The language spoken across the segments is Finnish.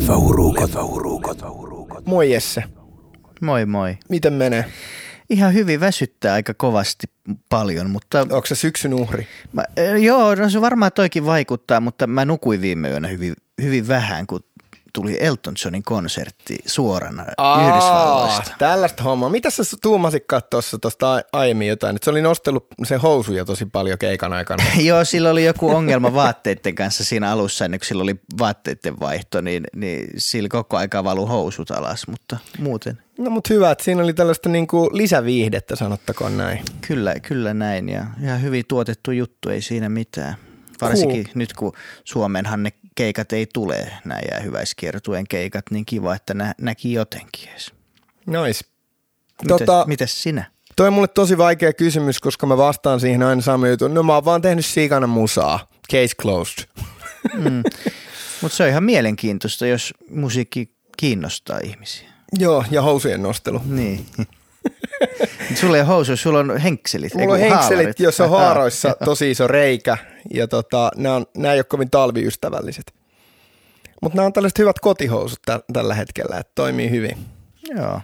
Leffaurukot. Moi Jesse. Moi moi. Miten menee? Ihan hyvin, väsyttää aika kovasti paljon, mutta... Onko se syksyn uhri? Joo, no se varmaan toikin vaikuttaa, mutta mä nukuin viime yönä hyvin vähän, kun tuli Elton Johnin konsertti suorana Yhdysvalloista. Tällaista hommaa. Mitä sä tuumasit tuosta aiemmin jotain? Et se oli nostellut sen housuja tosi paljon keikan aikana. Joo, sillä oli joku ongelma vaatteiden kanssa siinä alussa, ennen kuin sillä oli vaatteiden vaihto, niin sillä koko aika valui housut alas, mutta muuten. No mutta hyvä, että siinä oli tällaista niinku lisäviihdettä, sanottakoon näin. Kyllä näin ja ihan hyvin tuotettu juttu, ei siinä mitään. Varsinkin nyt, kun Suomeenhan ne keikat ei tule, nämä jäähyväiskiertueen keikat, niin kiva, että näki jotenkin edes. Nois. Mites sinä? Toi on mulle tosi vaikea kysymys, koska mä vastaan siihen aina saman jutun. No mä oon vaan tehnyt siikana musaa. Case closed. Mutta se on ihan mielenkiintoista, jos musiikki kiinnostaa ihmisiä. Joo, ja housujen nostelu. Niin. Sulla ei ole housuja, sulla on henkselit. Mulla on henkselit, jossa on haaroissa tosi iso reikä ja nämä ei ole kovin talviystävälliset. Mutta nämä on tällaiset hyvät kotihousut tällä hetkellä, että toimii hyvin. Joo.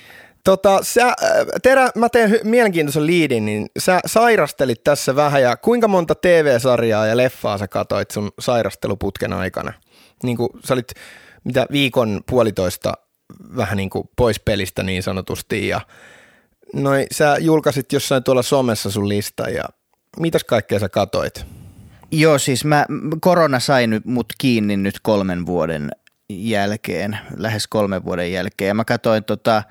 Mä teen mielenkiintoisen liidin, niin sä sairastelit tässä vähän ja kuinka monta TV-sarjaa ja leffaa sä katoit sun sairasteluputken aikana? Niin kuin sä olit viikon puolitoista vähän niin kuin pois pelistä niin sanotusti ja sä julkaisit jossain tuolla somessa sun lista ja mitäs kaikkea sä katoit? Joo, siis korona sai mut kiinni nyt 3 vuoden jälkeen, lähes 3 vuoden jälkeen ja mä katoin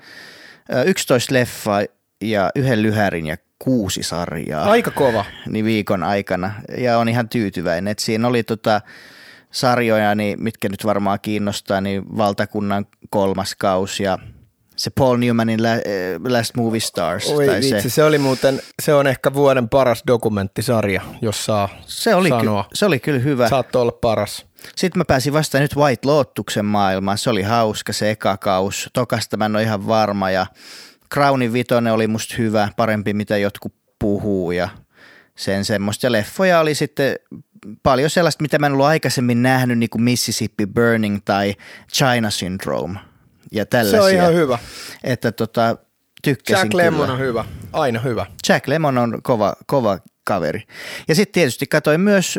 11 leffaa ja 1 lyhärin ja 6 sarjaa. Aika kova. Niin viikon aikana ja on ihan tyytyväinen, että siinä oli sarjoja, niin mitkä nyt varmaan kiinnostaa, niin Valtakunnan 3. kausi ja se Paul Newmanin Last Movie Stars. Oi tai vitsi, se on ehkä vuoden paras dokumenttisarja, jos saa sanoa. Se oli kyllä hyvä. Saattoi olla paras. Sitten mä pääsin vasta nyt White Lotuksen maailmaan, se oli hauska se eka kaus, tokasta mä en ole ihan varma ja Crownin 5 oli musta hyvä, parempi mitä jotkut puhuu ja sen semmoista ja leffoja oli sitten paljon sellaista, mitä mä en ollut aikaisemmin nähnyt, niin kuin Mississippi Burning tai China Syndrome ja tällaisia. Se on ihan hyvä. Että tykkäsin Jack Lemmon on hyvä, aina hyvä. Jack Lemmon on kova kaveri. Ja sitten tietysti katsoin myös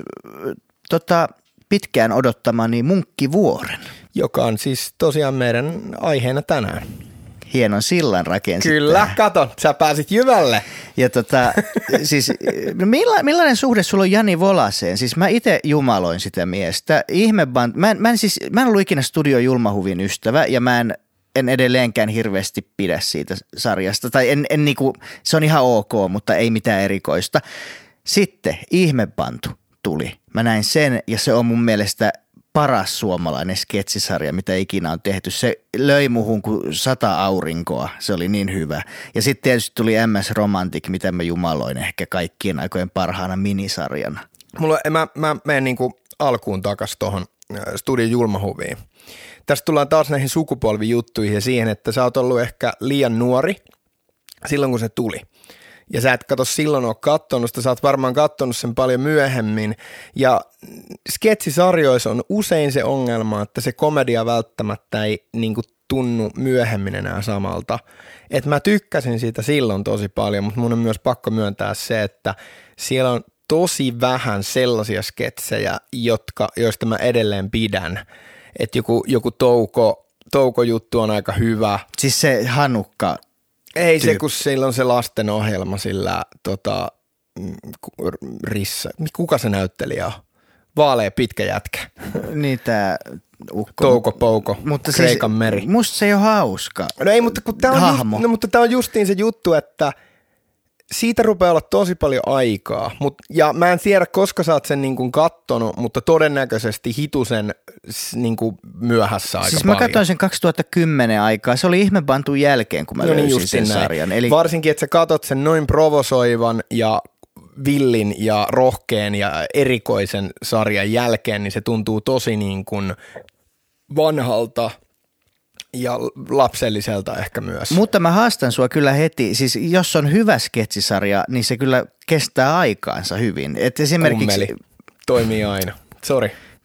pitkään odottamani Munkkivuoren. Joka on siis tosiaan meidän aiheena tänään. Hienon sillan rakensit. Kyllä, kato, sä pääsit jyvälle. Ja siis millainen suhde sulla on Jani Volaseen? Siis mä itse jumaloin sitä miestä. Mä en ollut ikinä Studio Julmahuvin ystävä ja mä en edelleenkään hirveästi pidä siitä sarjasta. Tai en niinku, se on ihan ok, mutta ei mitään erikoista. Sitten Ihmebantu tuli. Mä näin sen ja se on mun mielestä paras suomalainen sketsisarja, mitä ikinä on tehty. Se löi muhun kuin 100 aurinkoa. Se oli niin hyvä. Ja sitten tietysti tuli MS Romantic, mitä mä jumaloin ehkä kaikkien aikojen parhaana minisarjana. Mä menen niin kuin alkuun takas tuohon Studio Julmahuviin. Tästä tullaan taas näihin sukupolvijuttuihin ja siihen, että sä oot ollut ehkä liian nuori silloin, kun se tuli. Ja sä et kato silloin ole kattonut sitä, sä oot varmaan kattonut sen paljon myöhemmin. Ja sketsisarjoissa on usein se ongelma, että se komedia välttämättä ei niin kuin tunnu myöhemmin enää samalta. Et mä tykkäsin siitä silloin tosi paljon, mutta mun on myös pakko myöntää se, että siellä on tosi vähän sellaisia sketsejä, joista mä edelleen pidän. Että joku Touko-juttu on aika hyvä. Siis se Hanukka. Ei se, kun sillä on se lastenohjelma sillä Rissa. Kuka se näyttelijä on? Vaalea pitkä jätkä. Niin tää ukko. Touko Pouko, mutta Kreikan siis, meri. Musta se ei ole hauska. No ei, mutta kun tää on mutta tää on justiin se juttu, että siitä rupeaa olla tosi paljon aikaa. Ja mä en tiedä, koska sä oot sen niin kuin kattonut, mutta todennäköisesti hitusen niin kuin myöhässä aika siis paljon. Siis mä katsoin sen 2010 aikaa. Se oli Ihmebantun jälkeen, kun mä löysin sen sarjan. Eli varsinkin, että sä katot sen noin provosoivan ja villin ja rohkeen ja erikoisen sarjan jälkeen, niin se tuntuu tosi niin kuin vanhalta ja lapselliselta ehkä myös. Mutta mä haastan sua kyllä heti, siis jos on hyvä sketsisarja, niin se kyllä kestää aikaansa hyvin. Et esimerkiksi Kummeli toimii aina, sori.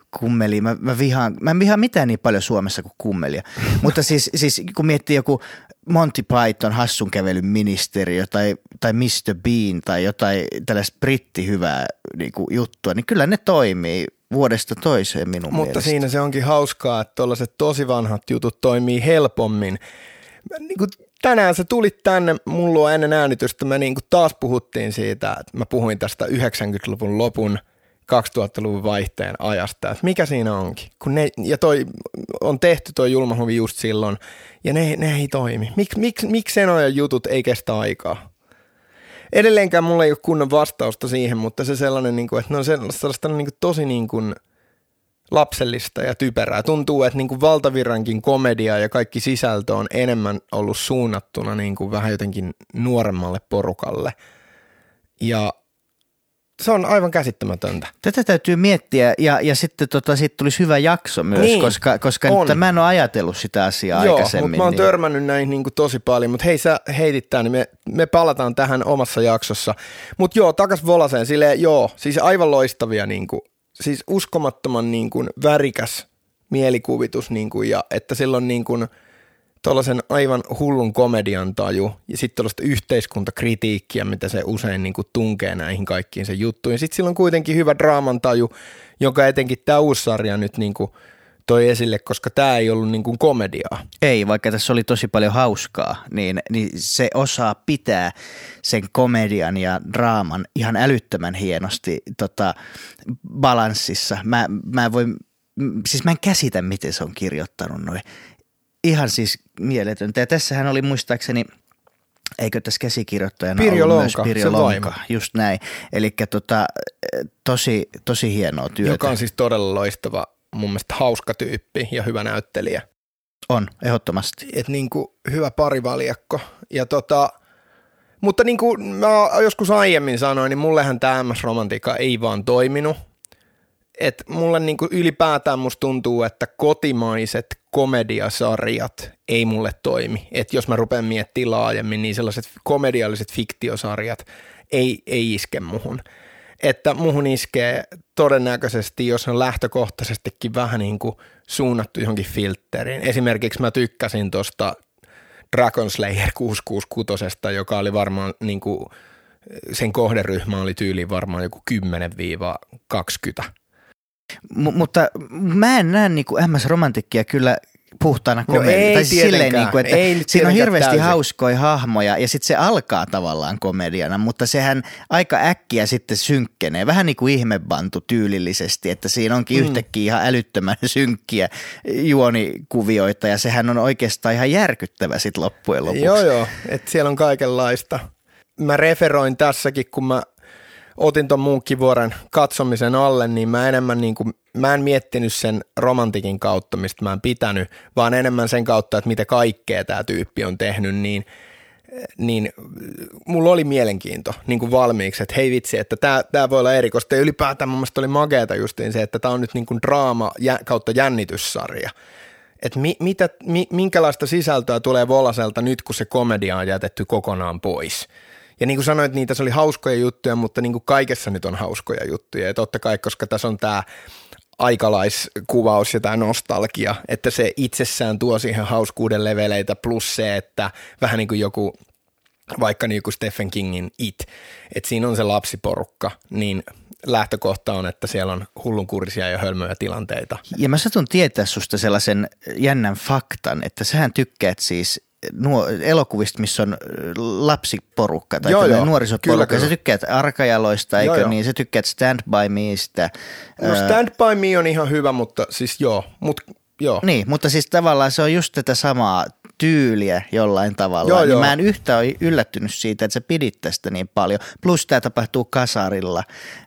kummeli. Mä en vihaa mitään niin paljon Suomessa kuin kummelia. Mutta siis kun miettii joku Monty Python hassun kävelyn ministeriö tai Mr. Bean tai jotain tällaista brittihyvää niin kuin juttua, niin kyllä ne toimii vuodesta toiseen minun Mutta mielestä. siinä se onkin hauskaa, että tuollaiset tosi vanhat jutut toimii helpommin. Niin kuin tänään sä tulit tänne mulla ennen äänitystä, me niin kuin taas puhuttiin siitä, että mä puhuin tästä 90-luvun lopun 2000-luvun vaihteen ajasta, että mikä siinä onkin. Ja toi on tehty toi Julmahuvi just silloin, ja ne ei toimi. Miksi sen ajan jutut ei kestä aikaa? Edelleenkään mulla ei ole kunnon vastausta siihen, mutta se sellainen, että ne on sellaista tosi lapsellista ja typerää. Tuntuu, että valtavirrankin komedia ja kaikki sisältö on enemmän ollut suunnattuna vähän jotenkin nuoremmalle porukalle. Ja se on aivan käsittämätöntä. Tätä täytyy miettiä ja sitten siitä tulisi hyvä jakso myös, niin, koska nyt mä en ole ajatellut sitä asiaa aikaisemmin. Joo, mutta mä oon törmännyt näihin tosi paljon, mutta hei sä heitit tää, niin me palataan tähän omassa jaksossa. Mutta joo, takas Volaseen, silleen siis aivan loistavia, siis uskomattoman värikäs mielikuvitus ja että silloin tuollaisen aivan hullun komedian taju ja sitten tuollaista yhteiskuntakritiikkiä, mitä se usein tunkee näihin kaikkiin sen juttuihin. Sitten sillä on kuitenkin hyvä draaman taju, joka etenkin tämä uusi sarja nyt toi esille, koska tämä ei ollut komediaa. Ei, vaikka tässä oli tosi paljon hauskaa, niin se osaa pitää sen komedian ja draaman ihan älyttömän hienosti balanssissa. Mä en käsitä, miten se on kirjoittanut noin. Ihan siis mieletöntä. Ja tässähän oli muistaakseni, eikö tässä käsikirjoittajana ollut myös Pirjo Lonka, just näin. Eli tosi hienoa työtä. Joka on siis todella loistava, mun mielestä hauska tyyppi ja hyvä näyttelijä. On, ehdottomasti. Et hyvä parivaljakko. Ja mutta niin kuin mä joskus aiemmin sanoin, niin mullehan tämä MS-romantiikka ei vaan toiminut. Et mulle ylipäätään musta tuntuu, että kotimaiset komediasarjat ei mulle toimi. Et jos mä rupean miettimään laajemmin, niin sellaiset komedialliset fiktiosarjat ei iske muhun. Että muhun iskee todennäköisesti, jos on lähtökohtaisestikin vähän suunnattu johonkin filtteriin. Esimerkiksi mä tykkäsin tuosta Dragon Slayer 666, joka oli varmaan sen kohderyhmä oli tyyliin varmaan joku 10-20. Mutta mä en näe MS-romantikkia kyllä puhtaana komedia. Tai silleen, että ei siinä on hirveästi täysin hauskoja hahmoja ja sitten se alkaa tavallaan komediana, mutta sehän aika äkkiä sitten synkkenee. Vähän niin kuin Ihmebantu tyylillisesti, että siinä onkin yhtäkkiä ihan älyttömän synkkiä juonikuvioita ja sehän on oikeastaan ihan järkyttävä sitten loppujen lopuksi. Joo, että siellä on kaikenlaista. Mä referoin tässäkin, kun mä otin ton Munkkivuoren katsomisen alle, niin mä enemmän mä en miettinyt sen romantikin kautta, mistä mä en pitänyt, vaan enemmän sen kautta, että mitä kaikkea tämä tyyppi on tehnyt, niin mulla oli mielenkiinto valmiiksi, että hei vitsi, että tää voi olla erikoista. Ja ylipäätään mun mielestä oli makeata justiin se, että tää on nyt draama kautta jännityssarja. Että minkälaista sisältöä tulee Volaselta nyt, kun se komedia on jätetty kokonaan pois. Ja niin kuin sanoit, niin tässä oli hauskoja juttuja, mutta niin kuin kaikessa nyt on hauskoja juttuja. Ja totta kai, koska tässä on tämä aikalaiskuvaus ja tämä nostalgia, että se itsessään tuo siihen hauskuuden leveleitä, plus se, että vähän niin kuin joku, vaikka niin kuin Stephen Kingin It, että siinä on se lapsiporukka, niin lähtökohta on, että siellä on hullunkurisia ja hölmöjä tilanteita. Ja mä satun tietää susta sellaisen jännän faktan, että sähän tykkäät siis elokuvista, missä on lapsiporukka tai nuorisoporukka. Kyllä. Sä tykkäät Arkajaloista, eikö niin? Sä tykkäät Stand By Meistä. No Stand By Me on ihan hyvä, mutta siis joo. Niin, mutta siis tavallaan se on just tätä samaa tyyliä jollain tavalla. Niin mä en yhtään ole yllättynyt siitä, että sä pidit tästä niin paljon. Plus tää tapahtuu kasarilla.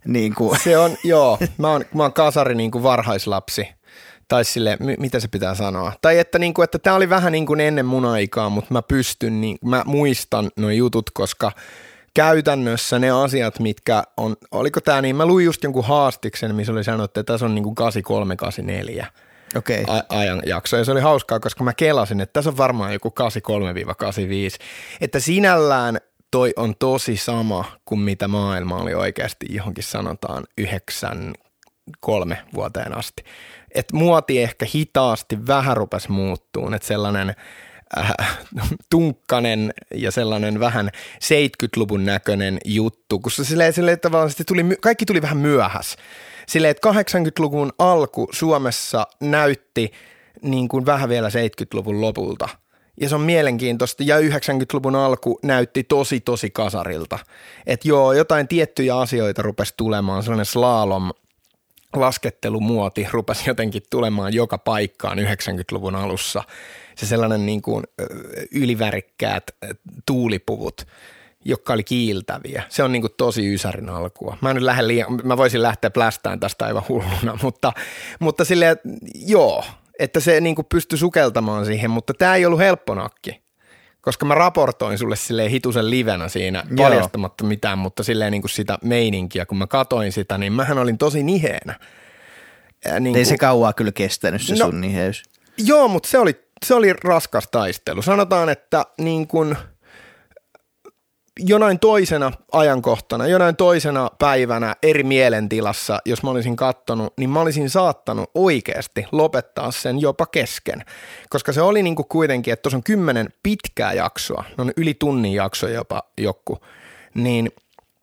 Se on, mä oon kasari varhaislapsi. Tai sille, mitä se pitää sanoa. Tai että tää oli vähän ennen mun aikaa, mutta mä muistan nuo jutut, koska käytännössä ne asiat, mitkä on, oliko tää niin, mä luin just jonkun haastiksen, missä oli sanottu, että tässä on 83-84 ajanjakso. Ja se oli hauskaa, koska mä kelasin, että tässä on varmaan joku 83-85. Että sinällään toi on tosi sama kuin mitä maailma oli oikeasti johonkin sanotaan 90 3 vuoteen asti. Että muoti ehkä hitaasti vähän rupesi muuttuun, että sellainen tunkkanen ja sellainen vähän 70-luvun näköinen juttu, kun se silleen tavallaan kaikki tuli vähän myöhässä. Silleen, että 80-luvun alku Suomessa näytti niin kuin vähän vielä 70-luvun lopulta. Ja se on mielenkiintoista. Ja 90-luvun alku näytti tosi kasarilta. Että joo, jotain tiettyjä asioita rupesi tulemaan. Sellainen slalom laskettelumuoti rupesi jotenkin tulemaan joka paikkaan 90-luvun alussa. Se sellainen niin kuin ylivärikkäät tuulipuvut, jotka oli kiiltäviä. Se on niin kuin tosi ysärin alkua. Mä voisin lähteä plästään tästä aivan hulluna, mutta silleen, joo, että se niin kuin pystyi sukeltamaan siihen, mutta tämä ei ollut helppo nakki, koska mä raportoin sulle silleen hitusen livenä siinä paljastamatta mitään, mutta silleen niin kuin sitä meininkiä, kun mä katoin sitä, niin mähän olin tosi niheenä. Ei se kauaa kyllä kestänyt se sun niheys. Joo, mutta se oli raskas taistelu. Sanotaan, että niin kuin jonain toisena ajankohtana, jonain toisena päivänä eri mielentilassa, jos mä olisin kattonut, niin mä olisin saattanut oikeasti lopettaa sen jopa kesken. Koska se oli niin kuin kuitenkin, että tuossa on 10 pitkää jaksoa, no yli tunnin jakso jopa joku, niin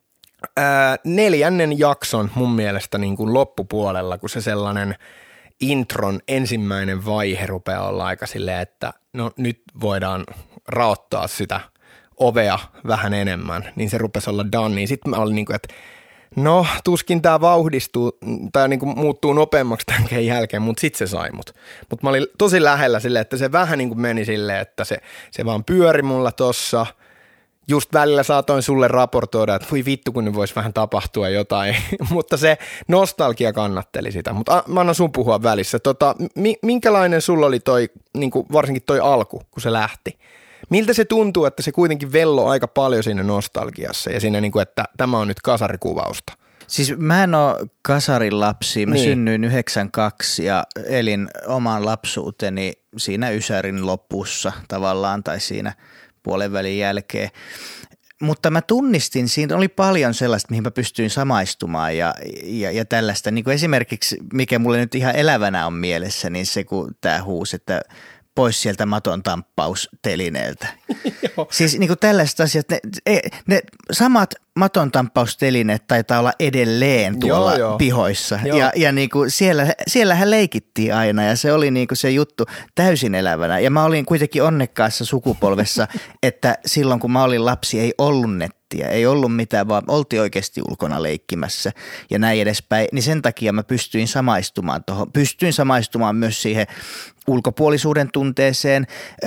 4. jakson mun mielestä niin kuin loppupuolella, kun se sellainen intron ensimmäinen vaihe rupeaa olla aika silleen, että no nyt voidaan raottaa sitä ovea vähän enemmän, niin se rupesi olla done. Niin sitten mä olin niin kuin, että no tuskin tämä vauhdistuu tai niin kuin muuttuu nopeammaksi tämän jälkeen, mutta sitten se sai mut. Mutta mä olin tosi lähellä silleen, että se vähän niin kuin meni silleen, että se vaan pyöri mulla tossa. Just välillä saatoin sulle raportoida, että voi vittu, kun ne voisi vähän tapahtua jotain, mutta se nostalgia kannatteli sitä. Mutta mä annan sun puhua välissä. Minkälainen sulla oli toi, niin kuin varsinkin toi alku, kun se lähti? Miltä se tuntuu, että se kuitenkin velloi aika paljon siinä nostalgiassa ja siinä, niin kuin, että tämä on nyt kasarikuvausta? Siis mä en ole kasarin lapsi. Mä synnyin 92 ja elin oman lapsuuteni siinä ysärin lopussa tavallaan tai siinä puolen välin jälkeen. Mutta mä tunnistin, siinä oli paljon sellaista, mihin mä pystyin samaistumaan ja tällaista. Niin kuin esimerkiksi, mikä mulle nyt ihan elävänä on mielessä, niin se kun tää huusi, että pois sieltä maton tamppaustelineeltä. Siis niin kuin tällaiset asiat, ne samat maton tamppaustelineet taitaa olla edelleen tuolla pihoissa. Ja niin kuin siellähän leikittiin aina ja se oli niin kuin se juttu täysin elävänä. Ja mä olin kuitenkin onnekkaassa sukupolvessa, että silloin kun mä olin lapsi ei ollut nettiä, ei ollut mitään, vaan oltiin oikeasti ulkona leikkimässä ja näin edespäin. Niin sen takia mä pystyin samaistumaan myös siihen ulkopuolisuuden tunteeseen,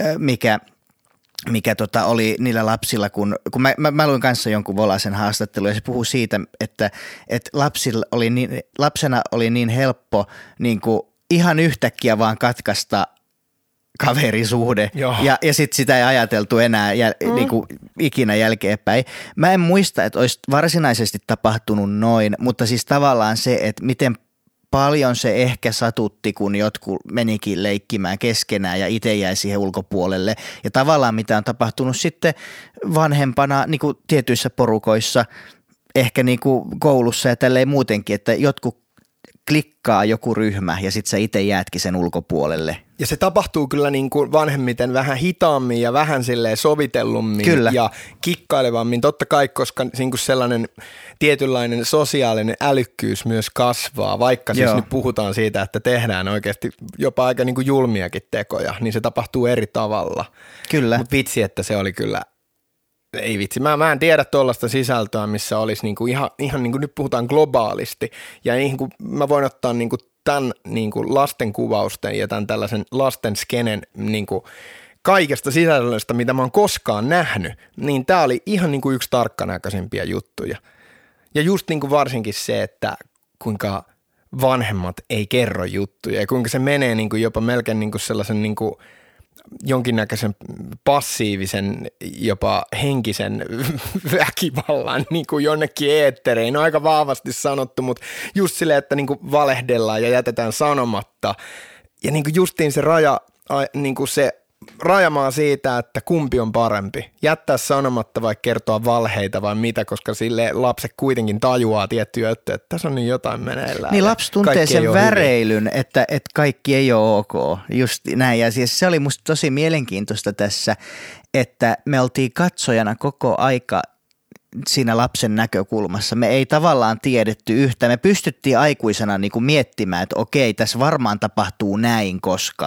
mikä oli niillä lapsilla, kun mä luin kanssa jonkun Volasen haastattelun ja se puhuu siitä, että lapsena oli niin helppo niin kuin ihan yhtäkkiä vaan katkaista kaverisuhde ja sitten sitä ei ajateltu enää niin kuin ikinä jälkeenpäin. Mä en muista, että olisi varsinaisesti tapahtunut noin, mutta siis tavallaan se, että miten paljon se ehkä satutti, kun jotkut menikin leikkimään keskenään ja itse jäi siihen ulkopuolelle. Ja tavallaan mitä on tapahtunut sitten vanhempana niin kuin tietyissä porukoissa, ehkä niin kuin koulussa ja tälleen muutenkin, että jotkut klikkaa joku ryhmä ja sitten sä itse jäätkin sen ulkopuolelle. Ja se tapahtuu kyllä niin kuin vanhemmiten vähän hitaammin ja vähän silleen sovitellummin ja kikkailevammin. Totta kai, koska niin kuin sellainen tietynlainen sosiaalinen älykkyys myös kasvaa, vaikka siis nyt puhutaan siitä, että tehdään oikeasti jopa aika niin kuin julmiakin tekoja, niin se tapahtuu eri tavalla. Kyllä. Mutta vitsi, että se oli kyllä, ei vitsi, mä en tiedä tuollaista sisältöä, missä olisi niin kuin ihan niin kuin nyt puhutaan globaalisti ja niin kuin mä voin ottaa niin kuin tämän niin kuin lastenkuvausten ja tämän tällaisen lasten skenen niin kuin kaikesta sisällöstä, mitä mä oon koskaan nähnyt, niin tää oli ihan niin kuin yksi tarkkanäköisimpiä juttuja. Ja just niin kuin varsinkin se, että kuinka vanhemmat ei kerro juttuja ja kuinka se menee niin kuin jopa melkein niin kuin sellaisen niin kuin jonkinnäköisen passiivisen, jopa henkisen väkivallan niin kuin jonnekin eetteriin. On aika vahvasti sanottu, mutta just silleen, että niin kuin valehdellaan ja jätetään sanomatta. Ja niin kuin justiin se raja, niin kuin se rajamaa siitä, että kumpi on parempi. Jättää sanomatta vai kertoa valheita vai mitä, koska sille lapset kuitenkin tajuaa tiettyä, että tässä on niin jotain meneillään. Niin lapsi tuntee sen väreilyn, että kaikki ei ole ok. Just näin. Ja siis se oli musta tosi mielenkiintoista tässä, että me oltiin katsojana koko aika siinä lapsen näkökulmassa. Me ei tavallaan tiedetty yhtään. Me pystyttiin aikuisena niin kuin miettimään, että okei, tässä varmaan tapahtuu näin, koska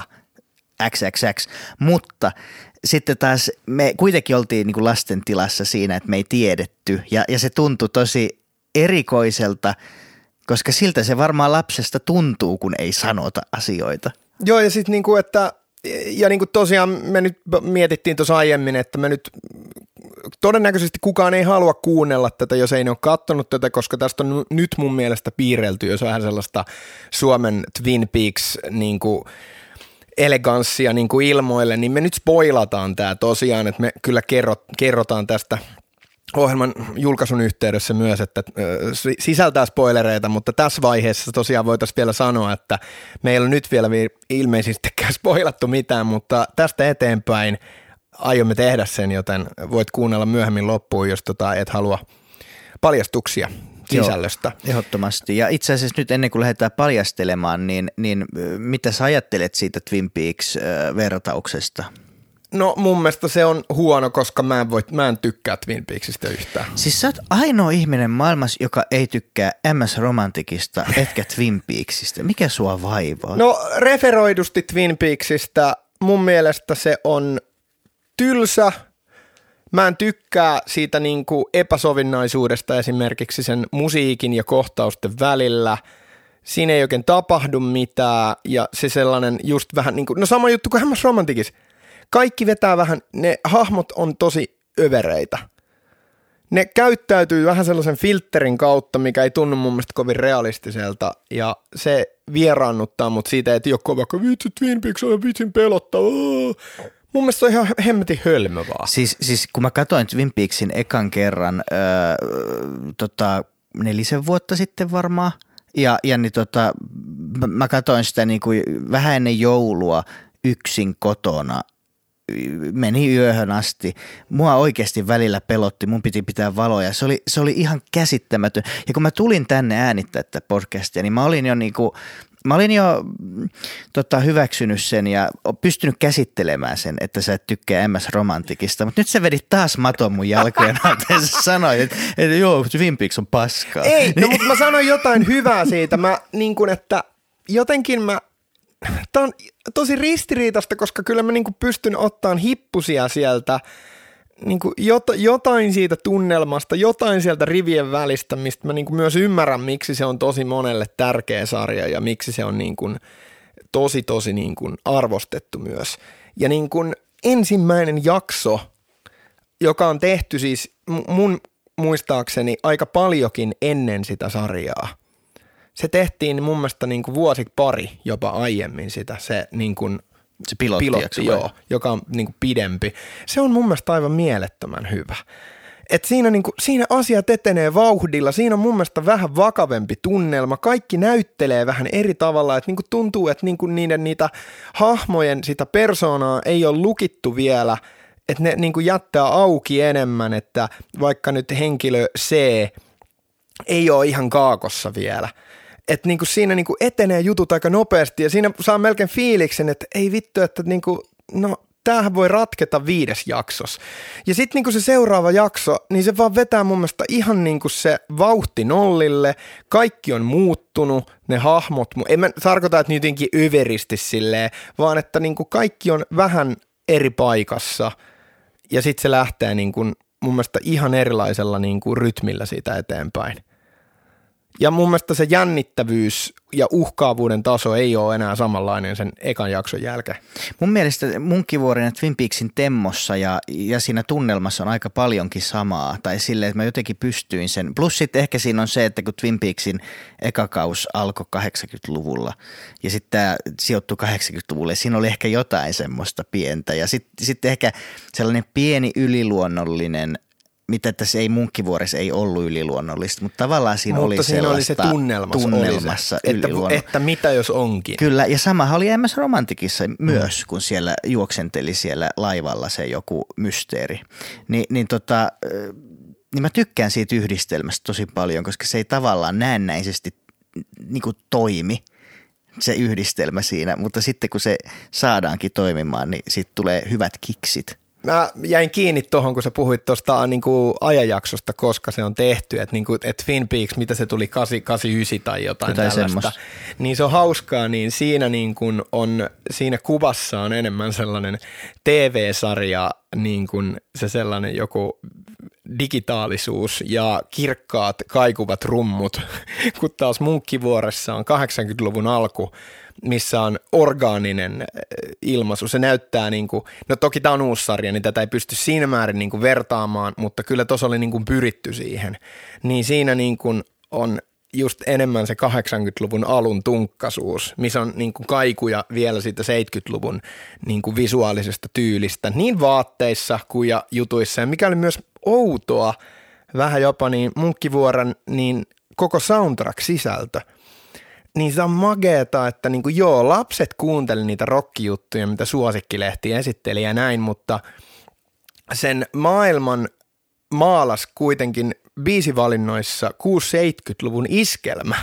XXX, mutta sitten taas me kuitenkin oltiin niin kuin lasten tilassa siinä, että me ei tiedetty ja se tuntui tosi erikoiselta, koska siltä se varmaan lapsesta tuntuu, kun ei sanota asioita. Joo, ja sitten niinku, että ja niinku tosiaan me nyt mietittiin tuossa aiemmin, että me nyt todennäköisesti kukaan ei halua kuunnella tätä, jos ei ne ole katsonut tätä, koska tästä on nyt mun mielestä piirrelty, jos vähän sellaista Suomen Twin Peaks niinku eleganssia niin kuin ilmoille, niin me nyt spoilataan tämä tosiaan, että me kyllä kerrotaan tästä ohjelman julkaisun yhteydessä myös, että sisältää spoilereita, mutta tässä vaiheessa tosiaan voitaisiin vielä sanoa, että meillä on nyt vielä ilmeisestikään spoilattu mitään, mutta tästä eteenpäin aiomme tehdä sen, joten voit kuunnella myöhemmin loppuun, jos et halua paljastuksia sisällöstä. Joo, ehdottomasti. Ja itse asiassa nyt ennen kuin lähdetään paljastelemaan, niin mitä sä ajattelet siitä Twin Peaks-vertauksesta? No mun mielestä se on huono, koska mä en tykkää Twin Peaksista yhtään. Siis sä oot ainoa ihminen maailmassa, joka ei tykkää MS Romanticista etkä Twin Peaksista. Mikä sua vaivaa? No referoidusti Twin Peaksista mun mielestä se on tylsä. Mä en tykkää siitä niinku epäsovinnaisuudesta esimerkiksi sen musiikin ja kohtausten välillä. Siinä ei oikein tapahdu mitään ja se sellainen just vähän niin kuin, no sama juttu kuin MS Romanticissa. Kaikki vetää vähän, ne hahmot on tosi övereitä. Ne käyttäytyy vähän sellaisen filterin kautta, mikä ei tunnu mun mielestä kovin realistiselta ja se vieraannuttaa mut siitä, että joku vaikka vitsi Twin Peaks on vitsin pelottava. Mun mielestä se on ihan hemmetin hölmö vaan. Siis kun mä katsoin Twin Peaksin ekan kerran 4 vuotta sitten varmaan ja niin mä katsoin sitä niin kuin vähän ennen joulua yksin kotona. Meni yöhön asti. Mua oikeasti välillä pelotti, mun piti pitää valoja. Se oli ihan käsittämätön. Ja kun mä tulin tänne äänittää tätä podcastia, niin mä olin jo hyväksynyt sen ja pystynyt käsittelemään sen, että sä et tykkää MS Romanticista, mutta nyt sä vedit taas maton mun jalkojen alta ja sä sanoit, että joo, Twin Peaks on paskaa. Ei, no mutta mä sanoin jotain hyvää siitä. Mä niin kuin, että jotenkin tää on tosi ristiriitaista, koska kyllä mä niin kuin pystyn ottamaan hippusia sieltä, niin kuin jotain siitä tunnelmasta, jotain sieltä rivien välistä, mistä mä niin kuin myös ymmärrän, miksi se on tosi monelle tärkeä sarja ja miksi se on niin kuin tosi niin kuin arvostettu myös. Ja niin kuin ensimmäinen jakso, joka on tehty siis mun muistaakseni aika paljonkin ennen sitä sarjaa. Se tehtiin mun mielestä niin kuin vuosi pari jopa aiemmin sitä, se niin kuin se pilotti joo, joka on niin kuin pidempi. Se on mun mielestä aivan mielettömän hyvä. Et siinä, niin kuin, siinä asiat etenee vauhdilla, siinä on mun mielestä vähän vakavempi tunnelma, kaikki näyttelee vähän eri tavalla, että niin kuin tuntuu, että niin kuin niitä hahmojen sitä persoonaa ei ole lukittu vielä, että ne niin kuin jättää auki enemmän, että vaikka nyt henkilö C ei ole ihan kaakossa vielä. Että niinku siinä niinku etenee jutut aika nopeasti ja siinä saa melkein fiiliksen, että ei vittu, että niinku, no tämähän voi ratketa 5 jaksossa. Ja sitten niinku se seuraava jakso, niin se vaan vetää mun mielestä ihan niinku se vauhti nollille, kaikki on muuttunut, ne hahmot, en mä tarkoita, että nyt jotenkin överisti silleen, vaan että niinku kaikki on vähän eri paikassa ja sitten se lähtee niinku mun mielestä ihan erilaisella niinku rytmillä siitä eteenpäin. Ja mun mielestä se jännittävyys ja uhkaavuuden taso ei ole enää samanlainen sen ekan jakson jälkeen. Mun mielestä Munkkivuoren ja Twin Peaksin temmossa ja siinä tunnelmassa on aika paljonkin samaa. Tai silleen, että mä jotenkin pystyin sen. Plus sitten ehkä siinä on se, että kun Twin Peaksin eka kaus alkoi 80-luvulla ja sitten tämä sijoittui 80-luvulle, siinä oli ehkä jotain semmoista pientä. Ja sitten ehkä sellainen pieni yliluonnollinen mitä tässä ei Munkkivuoressa ei ollut yliluonnollista, mutta tavallaan siinä mutta oli siinä oli se tunnelmassa että mitä jos onkin. Kyllä, ja samahan oli MS Romantikissa myös, kun siellä juoksenteli siellä laivalla se joku mysteeri. Niin mä tykkään siitä yhdistelmästä tosi paljon, koska se ei tavallaan näennäisesti niin kuin toimi, se yhdistelmä siinä, mutta sitten kun se saadaankin toimimaan, niin siitä tulee hyvät kiksit. Mä jäin kiinni tuohon, kun sä puhuit tuosta niin kuin ajanjaksosta, koska se on tehty, että niin Twin Peaks, mitä se tuli 89 tai jotain tällaista, semmoista. Niin se on hauskaa, niin siinä, niin kuin siinä kuvassa on enemmän sellainen TV-sarja, niin kuin se sellainen joku digitaalisuus ja kirkkaat kaikuvat rummut, kun taas Munkkivuoressa on 80-luvun alku, missä on orgaaninen ilmaisu. Se näyttää niin kuin, no toki tämä on uusi sarja, niin tätä ei pysty siinä määrin niin kuin vertaamaan, mutta kyllä tuossa oli niin kuin pyritty siihen. Niin siinä niin kuin on just enemmän se 80-luvun alun tunkkasuus, missä on niin kuin kaikuja vielä siitä 70-luvun niin kuin visuaalisesta tyylistä, niin vaatteissa kuin ja jutuissa. Ja mikä oli myös outoa, vähän jopa niin Munkkivuoren niin koko soundtrack-sisältö. Niin se on mageeta, että niinku joo, lapset kuunteli niitä rockijuttuja, mitä Suosikkilehti esitteli ja näin, mutta sen maailman maalas kuitenkin biisivalinnoissa 60-70-luvun iskelmä,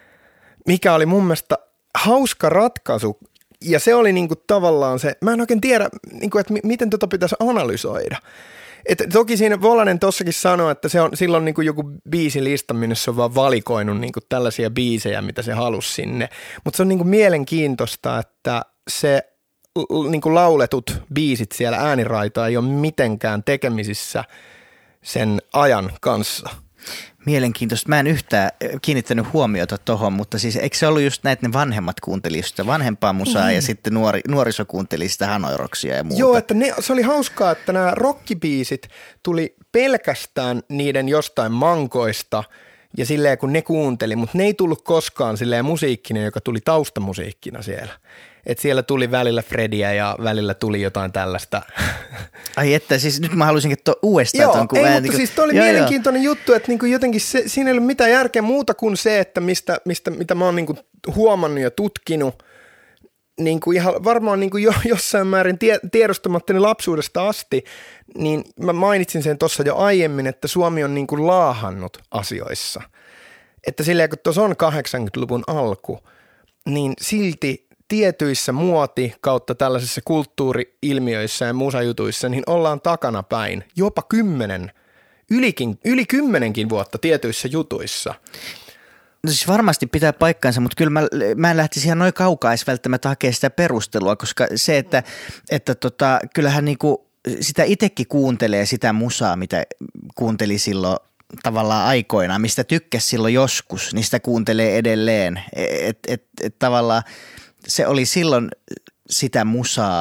mikä oli mun mielestä hauska ratkaisu. Ja se oli niinku tavallaan se, mä en oikein tiedä, niinku, että miten tota pitäisi analysoida. Et toki siinä Volanen tossakin sanoi, että se on silloin niinku joku biisilista, minne se on vaan valikoinut niinku tällaisia biisejä, mitä se halusi sinne. Mutta se on niinku mielenkiintoista, että se niinku lauletut biisit siellä ääniraita ei ole mitenkään tekemisissä sen ajan kanssa. Mielenkiintoista. Mä en yhtään kiinnittänyt huomiota tohon, mutta siis eikö se ollut just näitä ne vanhemmat kuunteli sitä vanhempaa musaa ja sitten nuoriso kuunteli sitä hanoiroksia ja muuta? Joo, että se oli hauskaa, että nämä rockibiisit tuli pelkästään niiden jostain mankoista ja silleen kun ne kuunteli, mutta ne ei tullut koskaan silleen musiikkina, joka tuli taustamusiikkina siellä. Että siellä tuli välillä Frediä ja välillä tuli jotain tällaista. Ai että, siis nyt mä haluaisin katsoa uudestaan. Joo, ei, mutta siis toi oli mielenkiintoinen juttu, että niinku jotenkin siinä ei ole mitään järkeä muuta kuin se, että mitä mä oon niinku huomannut ja tutkinut, niinku ihan varmaan niinku jossain määrin tiedostamattani lapsuudesta asti, niin mä mainitsin sen tuossa jo aiemmin, että Suomi on niinku laahannut asioissa. Että silleen, kun tuossa on 80-luvun alku, niin silti tietyissä muoti kautta tällaisissa kulttuuri-ilmiöissä ja musajutuissa, niin ollaan takana päin jopa yli 10 vuotta tietyissä jutuissa. No siis varmasti pitää paikkansa, mutta kyllä mä en lähtisi ihan noin kaukaa edes välttämättä hakea sitä perustelua, koska se, että kyllähän niinku sitä itsekin kuuntelee sitä musaa, mitä kuunteli silloin tavallaan aikoinaan, mistä tykkäsi silloin joskus, niin sitä kuuntelee edelleen, että tavallaan se oli silloin sitä musaa,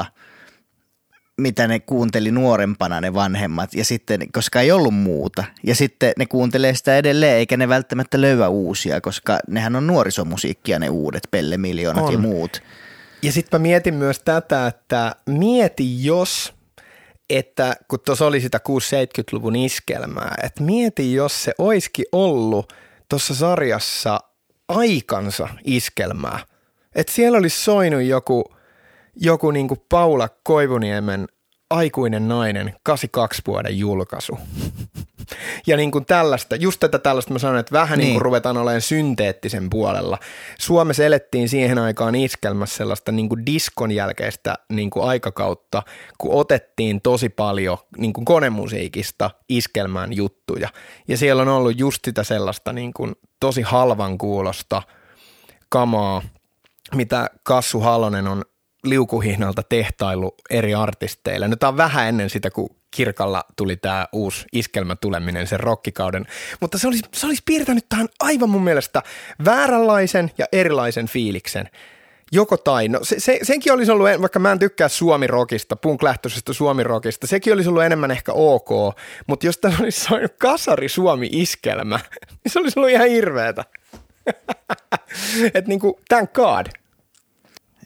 mitä ne kuunteli nuorempana ne vanhemmat ja sitten, koska ei ollut muuta. Ja sitten ne kuuntelee sitä edelleen, eikä ne välttämättä löyä uusia, koska nehän on nuorisomusiikkia ne uudet, Pelle Miljoonat ja muut. Ja sitten mä mietin myös tätä, että mieti jos, että kun tuossa oli sitä 60-70-luvun iskelmää, että mieti jos se oiski ollut tuossa sarjassa aikansa iskelmää. Että siellä olisi soinut joku niin kuin Paula Koivuniemen Aikuinen nainen 82 vuoden julkaisu. Ja niin kuin tällaista, just tällaista mä sanoin, että vähän niin kuin ruvetaan olemaan synteettisen puolella. Suomessa elettiin siihen aikaan iskelmässä sellaista niin kuin diskon jälkeistä niin kuin aikakautta, kun otettiin tosi paljon niin kuin konemusiikista iskelmään juttuja. Ja siellä on ollut just sitä sellaista niin kuin tosi halvan kuulosta kamaa, mitä Kassu Halonen on liukuhihnalta tehtailu eri artisteille. No tämä on vähän ennen sitä, kun Kirkalla tuli tämä uusi iskelmä tuleminen sen rockikauden, mutta se olisi piirtänyt tähän aivan mun mielestä vääränlaisen ja erilaisen fiiliksen. Joko tai. No senkin olisi ollut, vaikka mä en tykkää suomirokista, punk-lähtöisestä suomirokista, sekin olisi ollut enemmän ehkä ok, mutta jos tämä olisi saanut kasari Suomi-iskelmä, niin se olisi ollut ihan hirveetä. Että niinku, thank God.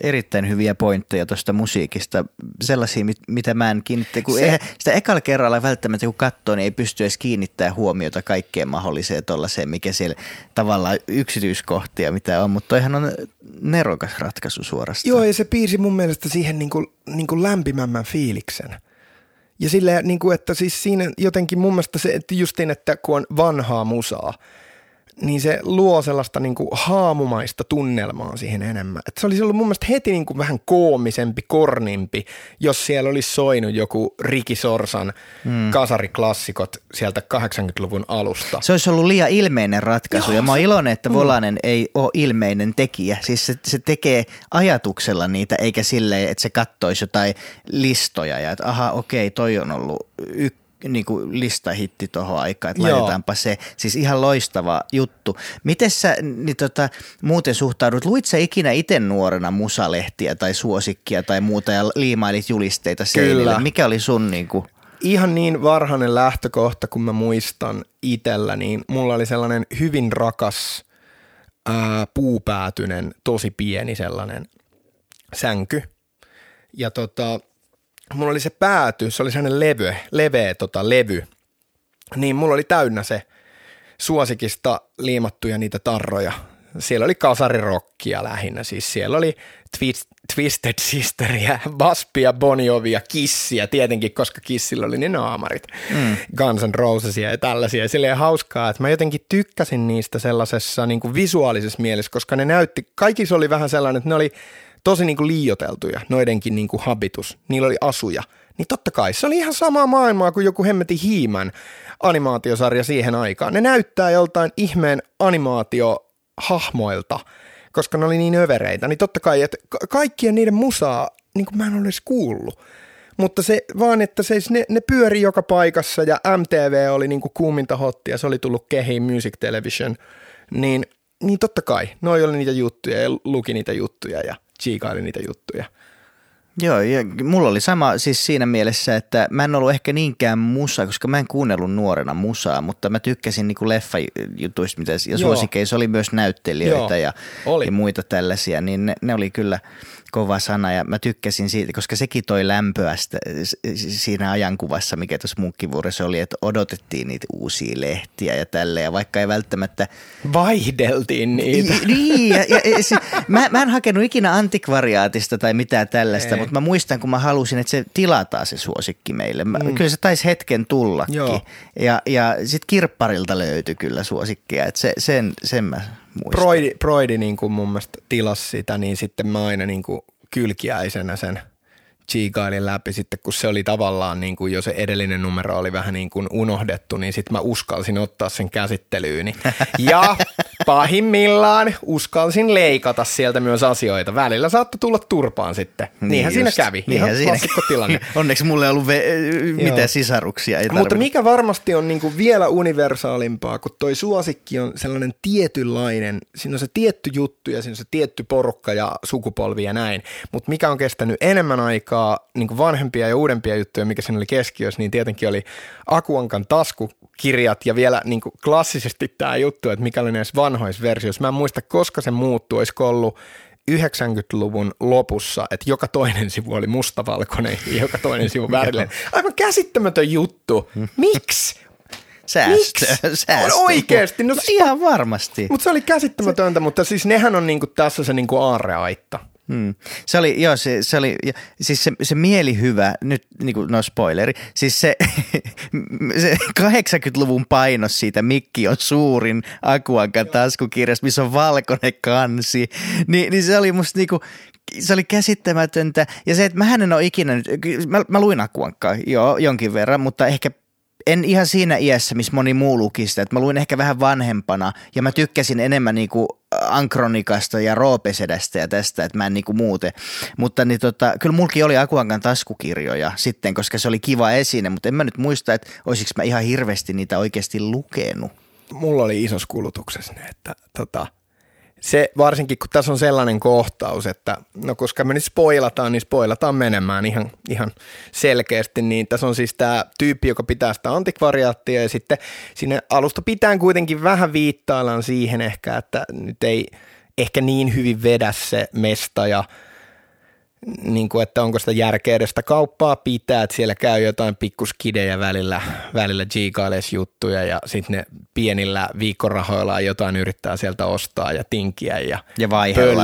Erittäin hyviä pointteja tuosta musiikista, sellaisia, mitä mä en kiinnittää, kun sitä ekalla kerralla välttämättä kun katsoo, niin ei pysty edes kiinnittämään huomiota kaikkeen mahdolliseen tuollaiseen, mikä siellä tavallaan yksityiskohtia mitä on, mutta toihan on nerokas ratkaisu suorastaan. Joo, ja se piirsi mun mielestä siihen niin kuin lämpimämmän fiiliksen. Ja silleen, niin kuin, että siis siinä jotenkin mun mielestä se, että justiin, että kun on vanhaa musaa, niin se luo sellaista niin kuin haamumaista tunnelmaa siihen enemmän. Että se olisi ollut mun mielestä heti niin kuin vähän koomisempi, kornimpi, jos siellä olisi soinut joku Ricky Sorsan kasariklassikot sieltä 80-luvun alusta. Se olisi ollut liian ilmeinen ratkaisu. Joo, ja mä oon iloinen, että Volanen ei ole ilmeinen tekijä. Siis se tekee ajatuksella niitä, eikä silleen, että se kattoisi jotain listoja ja että aha, okei, toi on ollut niin kuin listahitti tuohon aikaan, että laitetaanpa se. Siis ihan loistava juttu. Miten sä muuten suhtaudut? Luit sä ikinä itse nuorena musalehtiä tai suosikkia tai muuta ja liimailit julisteita seinille? Kyllä. Mikä oli sun niin kuin? Ihan niin varhainen lähtökohta, kun mä muistan itsellä, niin mulla oli sellainen hyvin rakas puupäätyinen, tosi pieni sellainen sänky. Ja mulla oli se pääty, se oli sellainen leveä levy, niin mulla oli täynnä se suosikista liimattuja niitä tarroja. Siellä oli kasarirokkia lähinnä, siis siellä oli Twisted Sisteria, Waspia, Bon Jovia, Kissiä tietenkin, koska Kissillä oli ne naamarit, Guns N' Rosesia ja tällaisia. Silleen hauskaa, että mä jotenkin tykkäsin niistä sellaisessa niin kuin visuaalisessa mielessä, koska ne näytti, kaikissa oli vähän sellainen, että ne oli tosi niin kuin liioiteltuja, noidenkin niin kuin habitus, niillä oli asuja. Niin totta kai se oli ihan samaa maailmaa kuin joku hemmetin He-Man animaatiosarja siihen aikaan. Ne näyttää joltain ihmeen animaatiohahmoilta, koska ne oli niin övereitä. Niin totta kai, että kaikkien niiden musaa, niin kuin mä en ole edes kuullut. Mutta se vaan, että ne pyöri joka paikassa ja MTV oli niin kuin kuuminta hottia, se oli tullut kehiin Music Television. Niin totta kai, noi oli niitä juttuja ja luki niitä juttuja ja tsiikaili niitä juttuja. Joo, ja mulla oli sama siis siinä mielessä, että mä en ollut ehkä niinkään musa, koska mä en kuunnellut nuorena musaa, mutta mä tykkäsin niinku leffajutuista, ja suosikeissa oli myös näyttelijöitä ja muita tällaisia, niin ne oli kyllä kova sana ja mä tykkäsin siitä, koska sekin toi lämpöä siinä ajankuvassa, mikä tuossa Munkkivuoressa oli, että odotettiin niitä uusia lehtiä ja tälleen, ja vaikka ei välttämättä vaihdeltiin niitä. Niin, mä en hakenut ikinä antikvariaatista tai mitään tällaista, mutta mä muistan, kun mä halusin, että se tilataan se suosikki meille. Kyllä se taisi hetken tullakin. Joo. Ja sitten Kirpparilta löytyi kyllä suosikkia, että sen mä muistan. Broidi niin kuin mun mielestä tilasi sitä, niin sitten mä aina niin kuin kylkiäisenä sen tsiikailin läpi sitten, kun se oli tavallaan niin kuin jo se edellinen numero oli vähän niin kuin unohdettu, niin sitten mä uskalsin ottaa sen käsittelyyni. Ja pahimmillaan uskalsin leikata sieltä myös asioita. Välillä saattoi tulla turpaan sitten. Niinhän siinä kävi. Ihan klassikkotilanne. Onneksi mulla ei ollut mitään sisaruksia. Mutta mikä varmasti on niin kuin vielä universaalimpaa, kun toi suosikki on sellainen tietynlainen, siinä on se tietty juttu ja siinä on se tietty porukka ja sukupolvi ja näin. Mutta mikä on kestänyt enemmän aikaa, niin kuin vanhempia ja uudempia juttuja, mikä siinä oli keskiössä, niin tietenkin oli Aku Ankan taskukirjat ja vielä niin kuin klassisesti tämä juttu, että mikä oli näissä vanhoissa versioissa. Mä en muista, koska se muuttui, olisiko ollut 90-luvun lopussa, että joka toinen sivu oli mustavalkoinen ja joka toinen sivu värillinen. Aivan käsittämätön juttu. Miksi? Säästö. Oikeasti. No, ihan varmasti. Mutta se oli käsittämätöntä, mutta siis nehän on niinku tässä se niinku aarreaitta. Se oli, siis se mielihyvä, nyt niinku spoileri, siis se 80-luvun painos siitä Mikki on suurin Aku Ankan taskukirjasta, missä on valkoinen kansi, niin se oli musta niinku, se oli käsittämätöntä. Ja se, että mähän en ole ikinä nyt, mä luin Aku Ankkaa jonkin verran, mutta ehkä en ihan siinä iässä, missä moni muu luki sitä, että mä luin ehkä vähän vanhempana ja mä tykkäsin enemmän niinku Ankronikasta ja Roopesedästä ja tästä, että mä en niinku muuten. Mutta niin kyllä mulki oli Aku Ankan taskukirjoja sitten, koska se oli kiva esine, mutta en mä nyt muista, että olisiko mä ihan hirveästi niitä oikeasti lukenut. Mulla oli isossa kulutuksessa ne, että se varsinkin, kun tässä on sellainen kohtaus, että no koska me nyt spoilataan, niin spoilataan menemään ihan selkeästi, niin tässä on siis tämä tyyppi, joka pitää sitä antikvariaattia ja sitten sinne alusta pitää kuitenkin vähän viittaillaan siihen ehkä, että nyt ei ehkä niin hyvin vedä se mesta ja niin kuin, että onko sitä järkeä edestä kauppaa pitää, että siellä käy jotain pikkuskidejä välillä giigailes juttuja ja sitten ne pienillä viikkorahoillaan jotain yrittää sieltä ostaa ja tinkiä ja vaihella.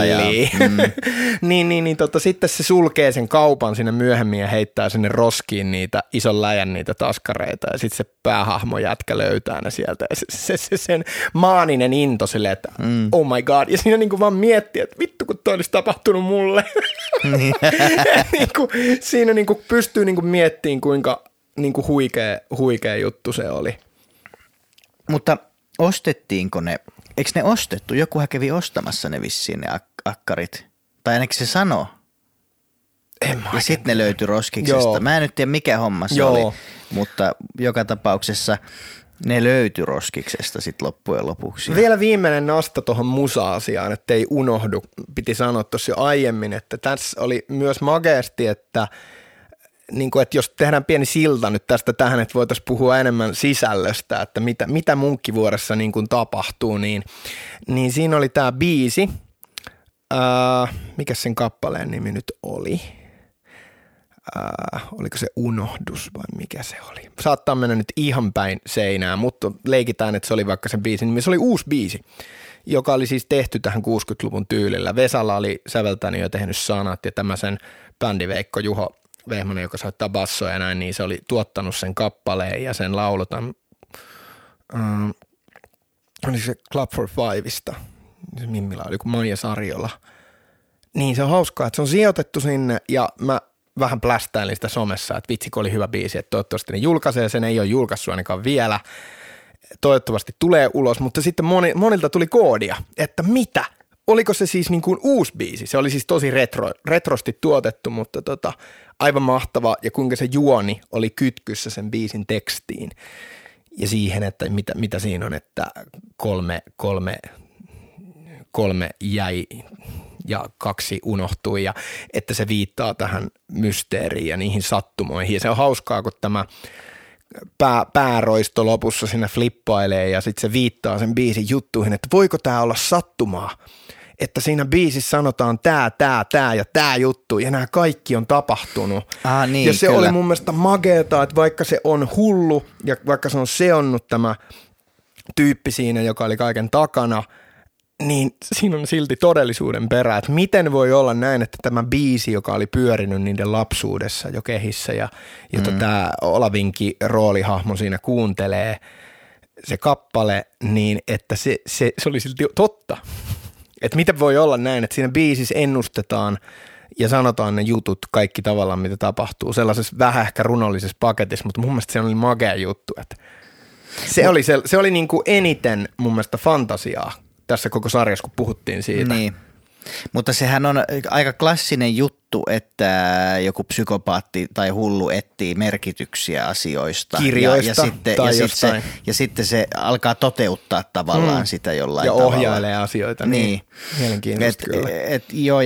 Sitten se sulkee sen kaupan sinne myöhemmin ja heittää sinne roskiin niitä ison läjän niitä taskareita ja sitten se päähahmo jätkä löytää ne sieltä ja se sen maaninen into silleen, että oh my god, ja siinä niin kuin vaan miettii, että vittu kun toi olisi tapahtunut mulle. Siinä pystyy miettimään, kuinka huikea juttu se oli. Mutta ostettiinko ne, eikö ne ostettu? Jokuhan kävi ostamassa ne vissiin ne akkarit. Tai ainakin se sanoo. Ja sitten ne löytyi roskiksesta. Joo. Mä en nyt tiedä mikä homma se oli, mutta joka tapauksessa ne löytyi roskiksesta sitten loppujen lopuksi. Vielä viimeinen nosto tuohon musa-asiaan, ettei unohdu. Piti sanoa tuossa jo aiemmin, että tässä oli myös makeasti, että, että jos tehdään pieni silta nyt tästä tähän, että voitaisiin puhua enemmän sisällöstä, että mitä Munkkivuoressa tapahtuu, niin siinä oli tämä biisi. Mikä sen kappaleen nimi nyt oli? Oliko se Unohdus vai mikä se oli? Saattaa mennä nyt ihan päin seinään, mutta leikitään, että se oli vaikka sen biisin nimi. Se oli uusi biisi, joka oli siis tehty tähän 60-luvun tyylillä. Vesala oli säveltänyt ja tehnyt sanat ja tämä sen bändiveikko Juho Vehmanen, joka soittaa bassoja ja näin, niin se oli tuottanut sen kappaleen ja sen laulotan. Oli se Club for Fiveista. Se Mimmillä oli kuin Maija Sarjola. Niin se on hauskaa, että se on sijoitettu sinne ja mä vähän plästäilin sitä somessa, että vitsi kun oli hyvä biisi, että toivottavasti ne julkaisee, sen ei ole julkaissut ainakaan vielä. Toivottavasti tulee ulos, mutta sitten monilta tuli koodia, että mitä? Oliko se siis niin kuin uusi biisi? Se oli siis tosi retrosti tuotettu, mutta aivan mahtava ja kuinka se juoni oli kytkyssä sen biisin tekstiin ja siihen, että mitä siinä on, että kolme jäi ja 2 unohtui ja että se viittaa tähän mysteeriin ja niihin sattumoihin. Ja se on hauskaa, kun tämä pääroisto lopussa siinä flippailee ja sitten se viittaa sen biisin juttuihin, että voiko tämä olla sattumaa, että siinä biisissä sanotaan tää ja tää juttu ja nämä kaikki on tapahtunut. Niin, ja se kyllä. oli mun mielestä makeeta, että vaikka se on hullu ja vaikka se on seonnut tämä tyyppi siinä, joka oli kaiken takana, niin siinä on silti todellisuuden perä, että miten voi olla näin, että tämä biisi, joka oli pyörinyt niiden lapsuudessa jo kehissä ja jota tämä Olavinkin roolihahmo siinä kuuntelee, se kappale, niin että se oli silti totta. Että miten voi olla näin, että siinä biisissä ennustetaan ja sanotaan ne jutut kaikki tavallaan, mitä tapahtuu sellaisessa vähän ehkä runollisessa paketissa, mutta mun mielestä se oli makea juttu, että se oli niin kuin eniten mun mielestä fantasiaa tässä koko sarjassa, kun puhuttiin siitä. Niin, mutta sehän on aika klassinen juttu, että joku psykopaatti tai hullu etsii merkityksiä asioista. Kirjoista ja sitten se alkaa toteuttaa tavallaan sitä jollain ja tavalla. Ja ohjailee asioita. Niin. Mielenkiintoista kyllä. Joo,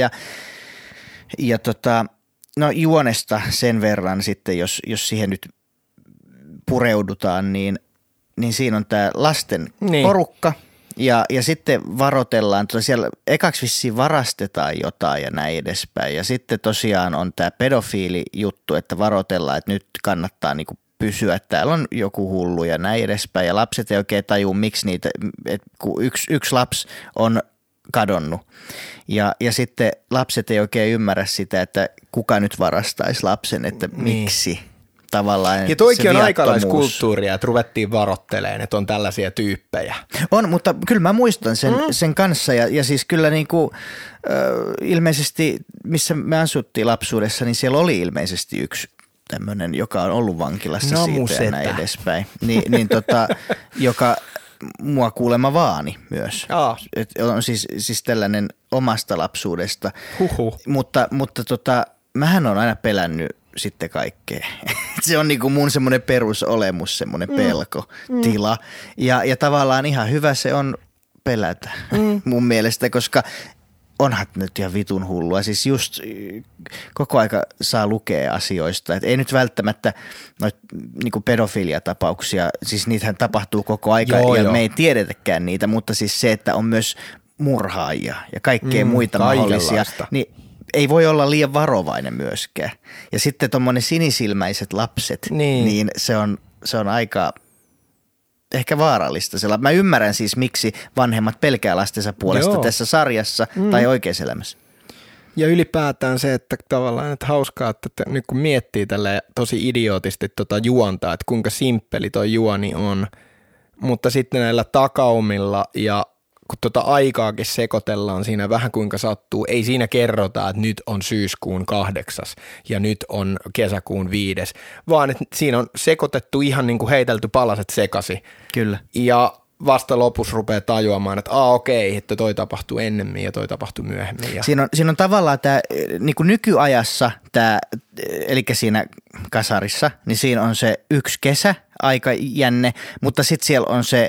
no juonesta sen verran sitten, jos siihen nyt pureudutaan, niin siinä on tämä lasten porukka. Ja sitten varoitellaan, siellä ekaksi vissiin varastetaan jotain ja näin edespäin. Ja sitten tosiaan on tämä pedofiilijuttu, että varoitellaan, että nyt kannattaa niinku pysyä. Täällä on joku hullu ja näin edespäin. Ja lapset ei oikein tajua, miksi niitä, että kun yksi lapsi on kadonnut. Ja sitten lapset ei oikein ymmärrä sitä, että kuka nyt varastaisi lapsen, että miksi. Tavallaan ja toikin on aikalaiskulttuuria, että ruvettiin varotteleen, että on tällaisia tyyppejä. On, mutta kyllä mä muistan sen kanssa ja siis kyllä niinku, ilmeisesti, missä me asuttiin lapsuudessa, niin siellä oli ilmeisesti yksi tämmöinen, joka on ollut vankilassa siitä ja näin edespäin. Joka mua kuulemma vaani myös. Et on siis tällainen omasta lapsuudesta. Mutta mähän on aina pelännyt sitten kaikkea. Se on niinku mun semmoinen perusolemus, semmoinen pelkotila. Ja tavallaan ihan hyvä se on pelätä mun mielestä, koska onhan nyt ihan vitun hullua. Siis just koko aika saa lukea asioista. Et ei nyt välttämättä noita niinku pedofiliatapauksia, siis niitähän tapahtuu koko aika ja me ei tiedetäkään niitä, mutta siis se, että on myös murhaajia ja kaikkea muita mahdollisia, niin ei voi olla liian varovainen myöskään. Ja sitten tuommoinen sinisilmäiset lapset, niin se on aika ehkä vaarallista. Mä ymmärrän siis, miksi vanhemmat pelkää lastensa puolesta tässä sarjassa tai oikeassa elämässä. Ja ylipäätään se, että tavallaan että hauskaa, että nyt kun miettii tälle tosi idiootisti juontaa, että kuinka simppeli toi juoni on, mutta sitten näillä takaumilla ja kun aikaakin sekoitellaan siinä vähän kuinka sattuu, ei siinä kerrota, että nyt on syyskuun 8. ja nyt on kesäkuun 5, vaan että siinä on sekoitettu ihan niin kuin heitelty palaset sekasi. Kyllä. Ja vasta lopussa rupeaa tajuamaan, että okei, että toi tapahtuu ennemmin ja toi tapahtuu myöhemmin. Ja siinä on tavallaan tämä niin kuin nykyajassa, eli siinä kasarissa, niin siinä on se yksi kesä, aika jänne, mutta sitten siellä on se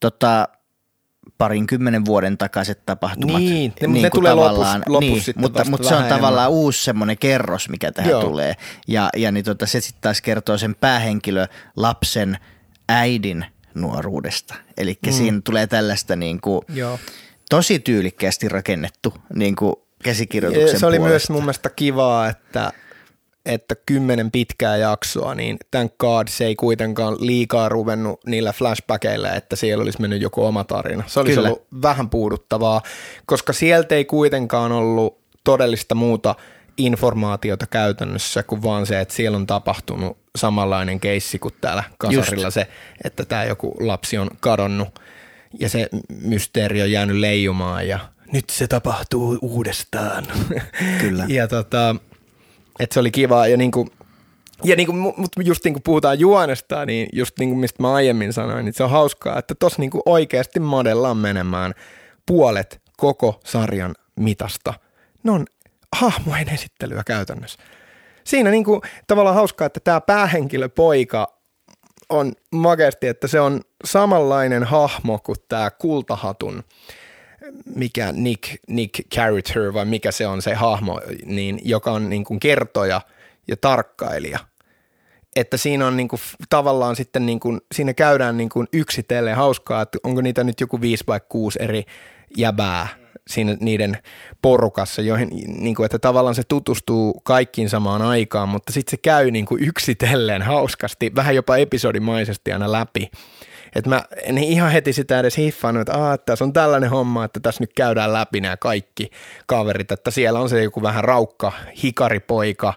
20 vuoden takaiset tapahtumat. Niin ne tulee lopussa sitten mutta se on tavallaan uusi semmoinen kerros, mikä tähän tulee. Ja niin se sitten taas kertoo sen päähenkilö lapsen äidin nuoruudesta. Eli siinä tulee tällaista niin kuin tosi tyylikkäästi rakennettu niin kuin käsikirjoituksen puolesta. Se oli myös mun mielestä kivaa, että 10 pitkää jaksoa, niin thank God se ei kuitenkaan liikaa ruvennut niillä flashbackeilla, että siellä olisi mennyt joku oma tarina. Se olisi ollut vähän puuduttavaa, koska sieltä ei kuitenkaan ollut todellista muuta informaatiota käytännössä kuin vaan se, että siellä on tapahtunut samanlainen keissi kuin täällä kasarilla se, että tämä joku lapsi on kadonnut ja se mysteeri on jäänyt leijumaan ja nyt se tapahtuu uudestaan. Kyllä. Ja että se oli kiva ja mutta just niin kuin puhutaan juonesta, niin just niin kuin mistä mä aiemmin sanoin, niin se on hauskaa, että tossa niin kuin oikeasti modellaan menemään puolet koko sarjan mitasta. Ne on hahmojen esittelyä käytännössä. Siinä niin kuin tavallaan hauskaa, että tämä päähenkilöpoika on makeasti, että se on samanlainen hahmo kuin tämä Kultahatun, mikä Nick Carter vai mikä se on se hahmo, niin, joka on niin kuin kertoja ja tarkkailija. Että siinä on niin kuin, tavallaan sitten niin kuin, siinä käydään niin kuin yksitellen hauskaa, että onko niitä nyt joku 5 vai 6 eri jäbää siinä niiden porukassa, joihin, niin kuin, että tavallaan se tutustuu kaikkiin samaan aikaan, mutta sitten se käy niin kuin yksitellen hauskasti, vähän jopa episodimaisesti aina läpi. Että mä en ihan heti sitä edes hiffannut, että tässä on tällainen homma, että tässä nyt käydään läpi nämä kaikki kaverit, että siellä on se joku vähän raukka hikaripoika,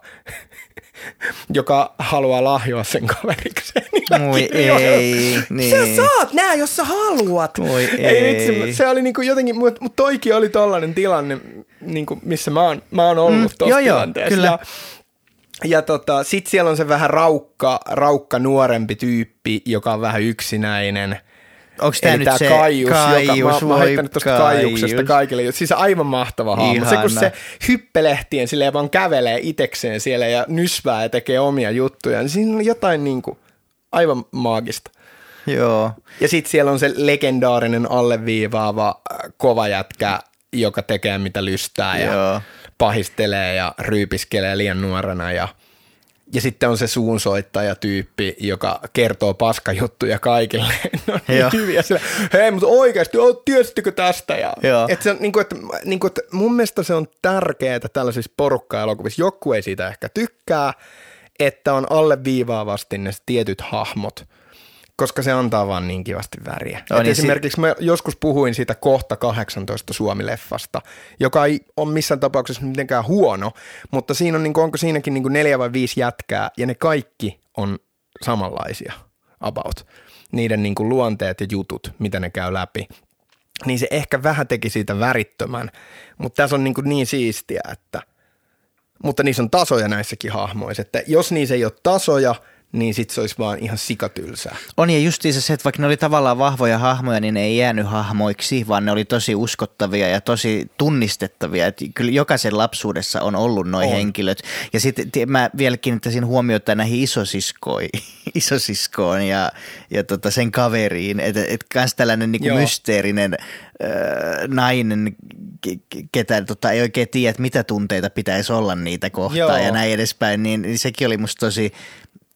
joka haluaa lahjoa sen kaverikseen. Moi ei. Niin. Sä saat nää, jos sä haluat. Moi ei. Itse, se oli niinku jotenkin, mutta toikin oli tollainen tilanne, niinku, missä mä oon ollut tossa tilanteessa. Kyllä. Ja sit siellä on se vähän raukka nuorempi tyyppi, joka on vähän yksinäinen. Onko tämä nyt se Kaius, joka mä oon heittänyt tuosta Kaiuksesta kaikille. Siis aivan mahtava hahmo. Se kun se hyppelehtien silleen vaan kävelee itekseen siellä ja nysvää ja tekee omia juttuja, niin siinä on jotain niinku aivan maagista. Joo. Ja sitten siellä on se legendaarinen alleviivaava kova jätkä, joka tekee mitä lystää ja pahistelee ja ryypiskelee liian nuorena ja sitten on se suunsoittaja-tyyppi, joka kertoo paskajuttuja kaikille. No niin hyviä sillä, hei, mutta oikeasti, tiesittekö tästä? Että se, että mun mielestä se on tärkeää tällaisissa porukka-elokuvissa. Joku ei siitä ehkä tykkää, että on alleviivaavasti ne tietyt hahmot, koska se antaa vaan niin kivasti väriä. Niin esimerkiksi mä joskus puhuin siitä kohta 18 Suomi-leffasta, joka ei ole missään tapauksessa mitenkään huono, mutta siinä on, niin kuin, onko siinäkin niin kuin 4 vai 5 jätkää, ja ne kaikki on samanlaisia about. Niiden niin kuin luonteet ja jutut, mitä ne käy läpi. Niin se ehkä vähän teki siitä värittömän, mutta tässä on niin siistiä, että mutta niissä on tasoja näissäkin hahmoissa, että jos niissä ei ole tasoja, niin sit se olisi vaan ihan sikatylsää. On ja justiinsa se, että vaikka ne oli tavallaan vahvoja hahmoja, niin ne ei jäänyt hahmoiksi, vaan ne oli tosi uskottavia ja tosi tunnistettavia. Että kyllä jokaisen lapsuudessa on ollut noi henkilöt. Ja sitten mä vielä kiinnittäisin huomiota näihin isosiskoon ja sen kaveriin. Että kans tällainen niinku mysteerinen nainen, ketä ei oikein tiedä, mitä tunteita pitäisi olla niitä kohtaan ja näin edespäin. Niin sekin oli musta tosi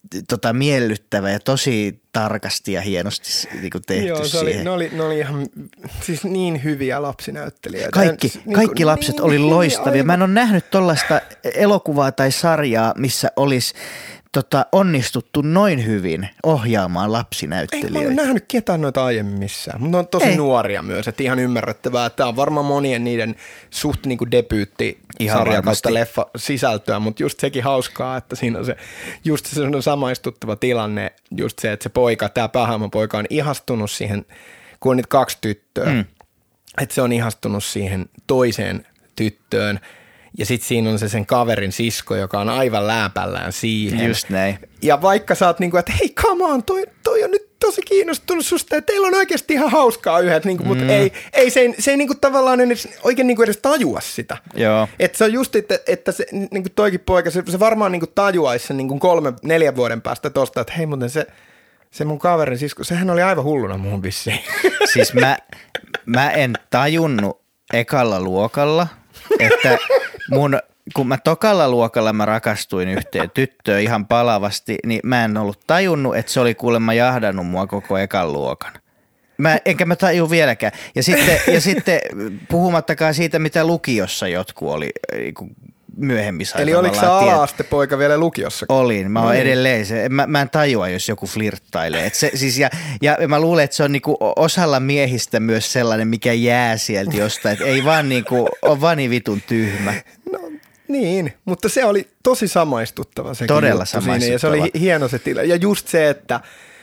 miellyttävä ja tosi tarkasti ja hienosti niin kuin tehty. Joo, siihen. Ne oli ihan siis niin hyviä lapsinäyttelijöitä. Kaikki lapset oli loistavia. Aivan. Mä en ole nähnyt tollaista elokuvaa tai sarjaa, missä olisi onnistuttu noin hyvin ohjaamaan lapsinäyttelijöitä. Ei mä ole nähnyt ketään noita aiemmin missään, mutta ne on tosi nuoria myös, että ihan ymmärrettävää. Tämä on varmaan monien niiden suht niin kuin debyyttisarja kautta leffa sisältöä, mutta just sekin hauskaa, että siinä on se on samaistuttava tilanne, just se, että se poika, tämä päähahmon poika on ihastunut siihen, kun on niitä 2 tyttöä, että se on ihastunut siihen toiseen tyttöön. Ja sitten siinä on se sen kaverin sisko, joka on aivan lääpällään siihen. Just näin. Ja vaikka sä oot niinku, että hei come on, toi on nyt tosi kiinnostunut susta ja teillä on oikeasti ihan hauskaa yhdessä, niinku, mutta se ei niinku tavallaan oikein niinku edes tajua sitä. Joo. Että se on just, että se, niinku toikin poika, se varmaan niinku tajuaisi sen niinku 3-4 vuoden päästä tosta, että hei muuten se mun kaverin sisko, sehän oli aivan hulluna muun vissiin. Siis mä en tajunnut ekalla luokalla, että kun mä tokalla luokalla mä rakastuin yhteen tyttöön ihan palavasti, niin mä en ollut tajunnut, että se oli kuulemma jahdannut mua koko ekan luokan. Enkä mä taju vieläkään. Ja sitten puhumattakaan siitä, mitä lukiossa jotkut oli myöhemmin sai. Eli oliko sä ala-astepoika vielä lukiossa? Olin. Mä oon edelleen se. Mä en tajua, jos joku flirttailee. Ja mä luulen, että se on niinku osalla miehistä myös sellainen, mikä jää sieltä jostain. Että ei vaan niinku, on vaan niin vitun tyhmä. No niin, mutta se oli tosi samaistuttava sekin. Todella samaistuttava. Ja se oli hieno se tila. Ja just se, että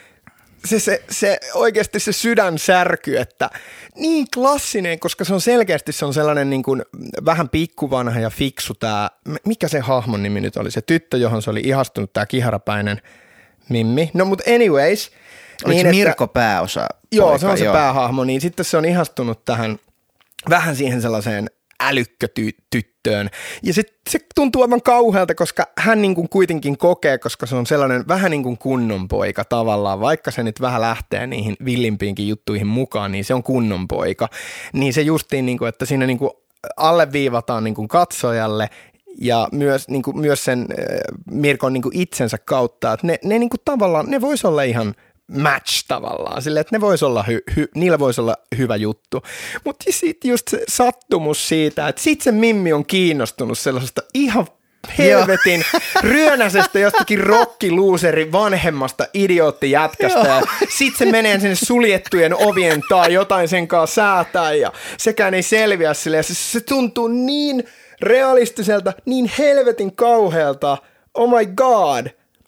se oikeasti se sydän särky, että niin klassinen, koska se on selkeästi se on sellainen niin kuin vähän pikkuvanha ja fiksu tämä, mikä se hahmon nimi nyt oli, se tyttö, johon se oli ihastunut, tämä kiharapäinen Mimmi. No mutta anyways. Oliko niin, Mirko pääosa? Joo, se on se päähahmo, niin sitten se on ihastunut tähän vähän siihen sellaiseen älykkötyttöön. Ja se tuntuu aivan kauhealta, koska hän niin kuin kuitenkin kokee, koska se on sellainen vähän niin kuin kunnon poika tavallaan, vaikka se nyt vähän lähtee niihin villimpiinkin juttuihin mukaan, niin se on kunnon poika. Niin se justiin, niin kuin, että siinä niin kuin alleviivataan niin kuin katsojalle ja myös sen Mirkon niin kuin itsensä kautta, että ne niin kuin tavallaan, ne vois olla ihan match tavallaan, silleen, että ne vois olla niillä voisi olla hyvä juttu. Mutta sitten just se sattumus siitä, että sitten se Mimmi on kiinnostunut sellaisesta ihan helvetin ryönäisestä jostakin rockiluuseri vanhemmasta idioottijätkästä ja sitten se menee sinne suljettujen ovien tai jotain sen kanssa säätää ja sekään ei selviä silleen. Se tuntuu niin realistiselta, niin helvetin kauhealta. Oh my god.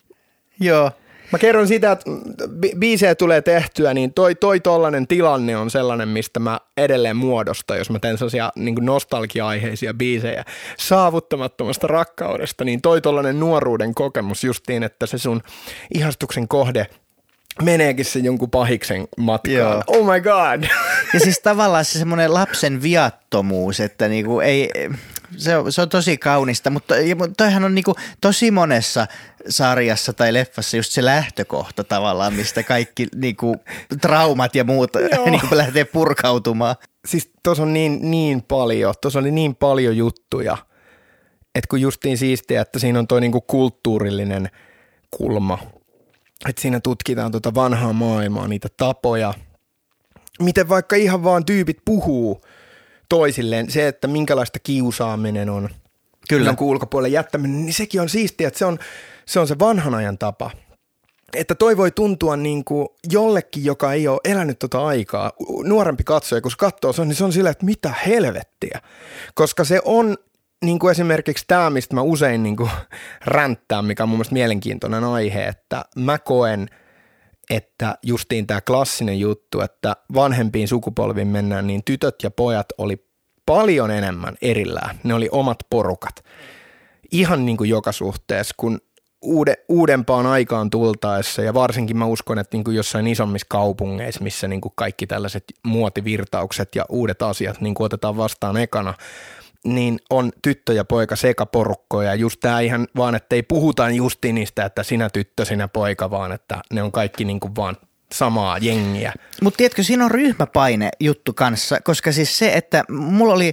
Joo. Mä kerron sitä, että biisejä tulee tehtyä, niin toi tollainen tilanne on sellainen, mistä mä edelleen muodostan, jos mä teen sellaisia niin kuin nostalgia-aiheisia biisejä saavuttamattomasta rakkaudesta, niin tollainen nuoruuden kokemus justiin, että se sun ihastuksen kohde meneekin se jonkun pahiksen matkaan. Joo. Oh my god. Ja siis tavallaan se semmoinen lapsen viattomuus, että niinku ei, se on tosi kaunista, mutta toihan on niinku tosi monessa sarjassa tai leffassa just se lähtökohta tavallaan, mistä kaikki niinku traumat ja muut niinku lähtee purkautumaan. Siis tuossa on niin paljon, tuossa oli niin paljon juttuja, että kun justiin siistiä, että siinä on toi niinku kulttuurillinen kulma. Että siinä tutkitaan tuota vanhaa maailmaa, niitä tapoja, miten vaikka ihan vaan tyypit puhuu toisilleen, se, että minkälaista kiusaaminen on, kyllä, ulkopuolelle jättäminen, niin sekin on siistiä, että se on se vanhan ajan tapa. Että toi voi tuntua niin kuin jollekin, joka ei ole elänyt tota aikaa, nuorempi katsoja, kun se katsoo sen, niin se on silleen, että mitä helvettiä, koska se on niin kuin esimerkiksi tämä, mistä mä usein niin kuin ränttään, mikä on mun mielestä mielenkiintoinen aihe, että mä koen, että justiin tämä klassinen juttu, että vanhempiin sukupolviin mennään, niin tytöt ja pojat oli paljon enemmän erillään. Ne oli omat porukat. Ihan niin kuin joka suhteessa, kun uudempaan aikaan tultaessa ja varsinkin mä uskon, että niin kuin jossain isommissa kaupungeissa, missä niin kuin kaikki tällaiset muotivirtaukset ja uudet asiat niin kuin otetaan vastaan ekana, niin on tyttö ja poika sekaporukkoja. Just tämä ihan vaan, että ei puhuta justiin niistä, että sinä tyttö, sinä poika, vaan että ne on kaikki niin kuin vaan samaa jengiä. Mutta tiedätkö, siinä on ryhmäpaine juttu kanssa, koska siis se, että mulla oli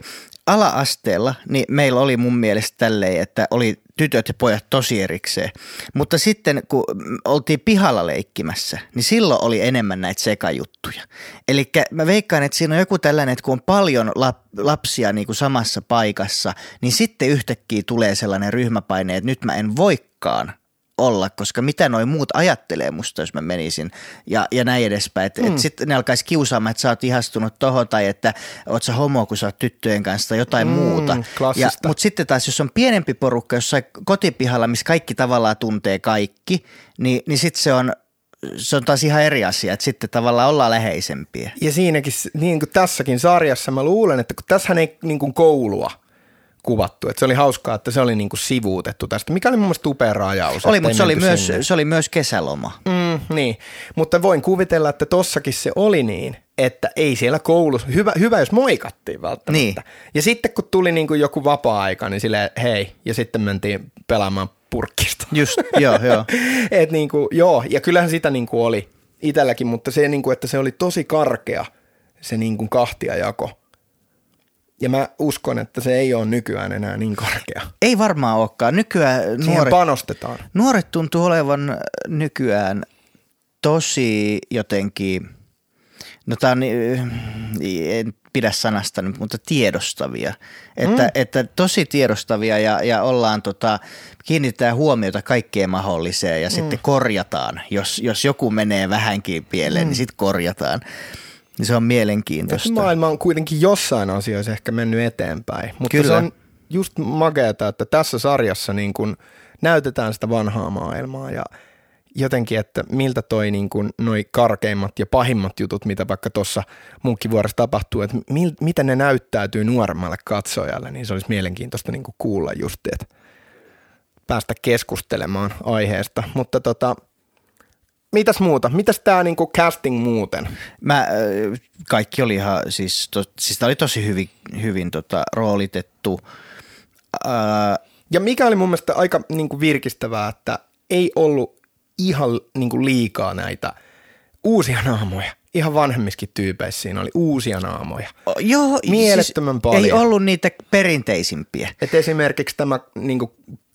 ala-asteella niin meillä oli mun mielestä tälleen, että oli tytöt ja pojat tosi erikseen. Mutta sitten kun oltiin pihalla leikkimässä, niin silloin oli enemmän näitä sekajuttuja. Eli mä veikkaan, että siinä on joku tällainen, että kun on paljon lapsia niin kuin samassa paikassa, niin sitten yhtäkkiä tulee sellainen ryhmäpaine, että nyt mä en voikaan olla, koska mitä noi muut ajattelee musta, jos mä menisin ja näin edespäin. Että sitten ne alkaisi kiusaamaan, että sä oot ihastunut tohon tai että oot sä homo, kun sä oot tyttöjen kanssa tai jotain muuta. Mutta sitten taas, jos on pienempi porukka jossain kotipihalla, missä kaikki tavallaan tuntee kaikki, niin sitten se on taas ihan eri asia, että sitten tavallaan ollaan läheisempiä. Ja siinäkin, niin kuin tässäkin sarjassa mä luulen, että kun tässähän ei niin kuin koulua kuvattu. Että se oli hauskaa, että se oli niin kuin sivuutettu tästä, mikä oli mun mielestä upea rajaus. Oli, mutta se oli myös kesäloma. Niin, mutta voin kuvitella, että tossakin se oli niin, että ei siellä koulussa, hyvä jos moikattiin välttämättä. Niin. Ja sitten kun tuli niin kuin joku vapaa-aika, niin silleen hei, ja sitten mentiin pelaamaan purkkista. Just, joo. Et niin kuin, joo, ja kyllähän sitä niin kuin oli itselläkin, mutta se niin kuin, että se oli tosi karkea se niin kuin kahtiajako. Ja mä uskon, että se ei ole nykyään enää niin korkea. Ei varmaan olekaan. Nykyään panostetaan. Nuoret tuntuu olevan nykyään tosi jotenkin, no tää on, en pidä sanasta nyt, mutta tiedostavia. Että tosi tiedostavia ja ollaan kiinnitetään huomiota kaikkeen mahdolliseen ja sitten korjataan. Jos joku menee vähänkin pieleen, niin sitten korjataan. Niin se on mielenkiintoista. Maailma on kuitenkin jossain asioissa ehkä mennyt eteenpäin, mutta kyllä. Se on just makeata, että tässä sarjassa niin kun näytetään sitä vanhaa maailmaa ja jotenkin, että miltä toi niin kun noi karkeimmat ja pahimmat jutut, mitä vaikka tuossa Munkkivuoressa tapahtuu, että miten ne näyttäytyy nuoremmalle katsojalle, niin se olisi mielenkiintoista niin kun kuulla just, että päästä keskustelemaan aiheesta, mutta mitäs muuta? Mitäs tää niinku casting muuten? Kaikki oli ihan, siis tää oli tosi hyvin roolitettu. Ja mikä oli mun mielestä aika niinku virkistävää, että ei ollut ihan niinku liikaa näitä uusia naamoja. Ihan vanhemmissakin tyypeissä siinä oli uusia naamoja. Joo, mielettömän siis paljon. Ei ollut niitä perinteisimpiä. Et esimerkiksi tämä niinku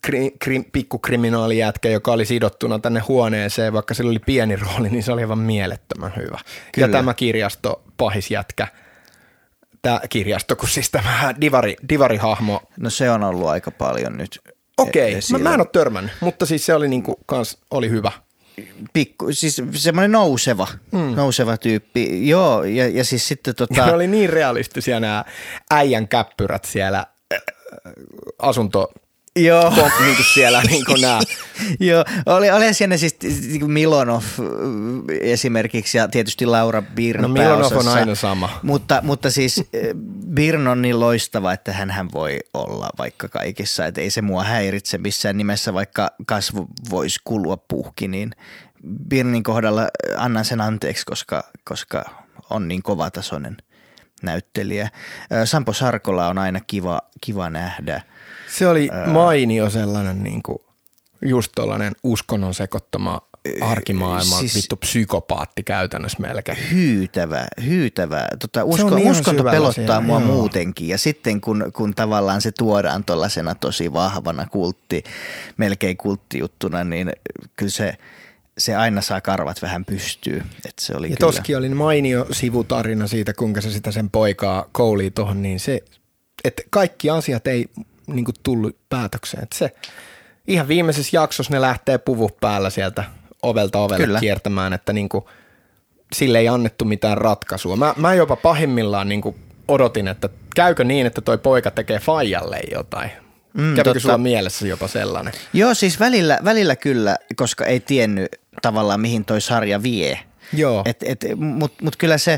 pikkukriminaalijätkä, joka oli sidottuna tänne huoneeseen, vaikka sillä oli pieni rooli, niin se oli aivan mielettömän hyvä. Kyllä. Ja tämä pahisjätkä, tämä kirjasto, kun siis tämä divarihahmo. No se on ollut aika paljon nyt. Okei, mä en ole törmännyt, mutta siis se oli niinku kans oli hyvä. Siis semmoinen nouseva tyyppi, joo, ja siis sitten Ne oli niin realistisia nämä äijän käppyrät siellä asunto. Joo. Niin kuin siellä niin kuin nämä. Joo, oli siinä siis Milonov esimerkiksi ja tietysti Laura Birn No Milonov on aina sama. Mutta siis Birn on niin loistava, että hän voi olla vaikka kaikissa, että ei se mua häiritse missään nimessä, vaikka kasvu voisi kulua puhki, niin Birnin kohdalla annan sen anteeksi, koska on niin kovatasoinen näyttelijä. Sampo Sarkola on aina kiva nähdä. Se oli mainio sellainen niin kuin just tollainen uskonnon sekoittama arkimaailman siis vittu psykopaatti käytännössä melkein. Hyytävä. Uskonto pelottaa mua muutenkin ja sitten kun tavallaan se tuodaan tollasena tosi vahvana melkein kulttijuttuna, niin kyllä se aina saa karvat vähän pystyyn. Että se oli ja toskin oli mainio sivutarina siitä, kuinka se sitä sen poikaa koulii tuohon, niin se, että kaikki asiat ei niin kuin tullut päätökseen. Että se ihan viimeisessä jaksossa ne lähtee puvut päällä sieltä ovelta ovelle Kyllä. kiertämään, että niin kuin, sille ei annettu mitään ratkaisua. Mä jopa pahimmillaan niin kuin odotin, että käykö niin, että toi poika tekee faijalle jotain. Kävikö sulla mielessä jopa sellainen? Joo, siis välillä kyllä, koska ei tiennyt tavallaan mihin toi sarja vie. Joo. Mut kyllä se...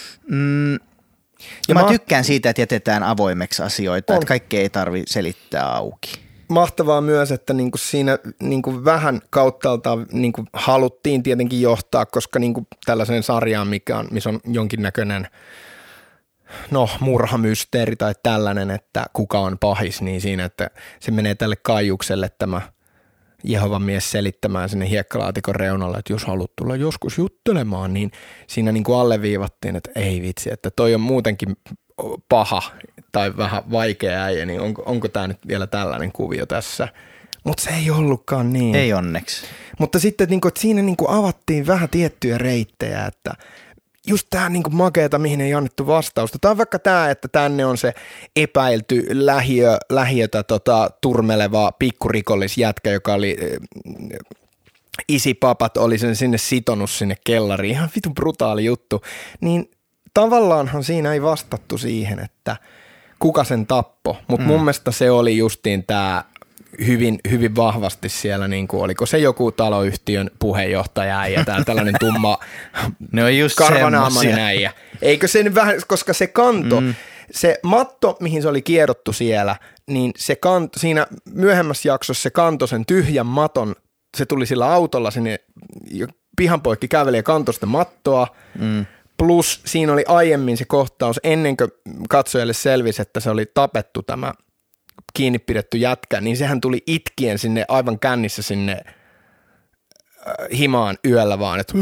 Ja mä tykkään siitä, että jätetään avoimeksi asioita, että kaikki ei tarvitse selittää auki. Mahtavaa myös, että niinku siinä niinku vähän kauttaaltaan niinku haluttiin tietenkin johtaa, koska niinku tällaisen sarjaan, missä on jonkinnäköinen murhamysteeri tai tällainen, että kuka on pahis, niin siinä, että se menee tälle Kaijukselle tämä Jehovan mies selittämään sinne hiekkalaatikon reunalle, että jos haluat tulla joskus juttelemaan, niin siinä niin kuin alleviivattiin, että ei vitsi, että toi on muutenkin paha tai vähän vaikea äijä, niin onko tämä nyt vielä tällainen kuvio tässä? Mutta se ei ollutkaan niin. Ei onneksi. Mutta sitten että siinä avattiin vähän tiettyjä reittejä, että just tämä makeata, mihin ei annettu vastausta. Tai vaikka tämä, että tänne on se epäilty lähiötä turmeleva pikkurikollisjätkä, joka oli isipapat oli sen sinne sitonut sinne kellariin. Ihan vitun brutaali juttu. Niin tavallaanhan siinä ei vastattu siihen, että kuka sen tappo. Mutta mun mielestä se oli justiin tämä hyvin, hyvin vahvasti siellä, oliko se joku taloyhtiön puheenjohtaja ja tällainen tumma ne on just karvanaamainen äijä. Eikö se nyt vähän, koska se kanto, se matto, mihin se oli kiedottu siellä, niin se kanto, siinä myöhemmässä jaksossa se kanto sen tyhjän maton, se tuli sillä autolla sinne pihan poikki käveli ja kantoi sitä mattoa, plus siinä oli aiemmin se kohtaus, ennen kuin katsojalle selvisi, että se oli tapettu tämä kiinni pidetty jätkä, niin sehän tuli itkien sinne aivan kännissä sinne himaan yöllä vaan, että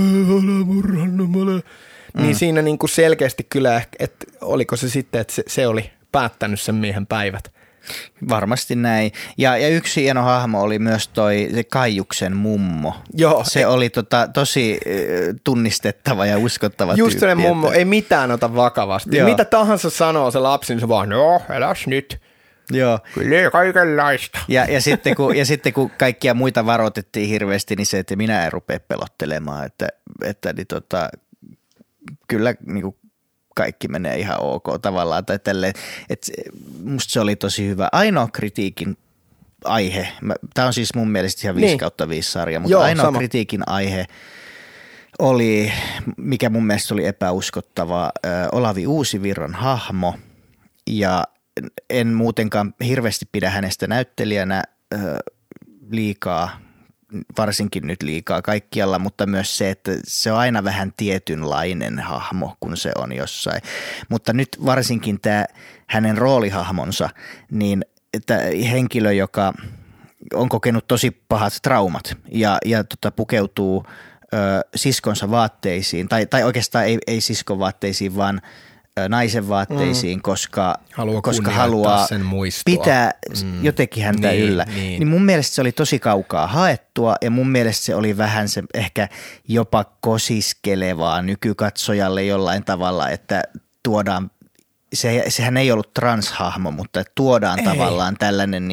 niin siinä selkeästi kyllä, että oliko se sitten, että se oli päättänyt sen miehen päivät. Varmasti näin. Ja yksi hieno hahmo oli myös se Kaijuksen mummo. Joo. Se oli tosi tunnistettava ja uskottava just tyyppi. Just mummo, ei mitään ota vakavasti. Joo. Mitä tahansa sanoo se lapsi, niin se vaan, no, eläs nyt. Joo. Kyllä kaikenlaista. Ja sitten kun kaikkia muita varoitettiin hirveästi, niin se, että minä en rupea pelottelemaan, että kyllä kaikki menee ihan ok tavallaan tai tälleen. Musta se oli tosi hyvä. Ainoa kritiikin aihe, tämä on siis mun mielestä ihan 5/5 sarja, mutta ainoa kritiikin aihe oli, mikä mun mielestä oli epäuskottava, Olavi Uusivirran hahmo ja en muutenkaan hirveästi pidä hänestä näyttelijänä liikaa, varsinkin nyt liikaa kaikkialla, mutta myös se, että se on aina vähän tietynlainen hahmo, kun se on jossain. Mutta nyt varsinkin tämä hänen roolihahmonsa, niin että henkilö, joka on kokenut tosi pahat traumat ja pukeutuu siskonsa vaatteisiin, tai oikeastaan ei siskon vaatteisiin, vaan naisen vaatteisiin, koska haluaa sen muistoa. Pitää jotenkin häntä yllä. Niin mun mielestä se oli tosi kaukaa haettua ja mun mielestä se oli vähän se ehkä jopa kosiskelevaa nykykatsojalle jollain tavalla, että tuodaan, sehän ei ollut transhahmo, mutta tuodaan tavallaan tällainen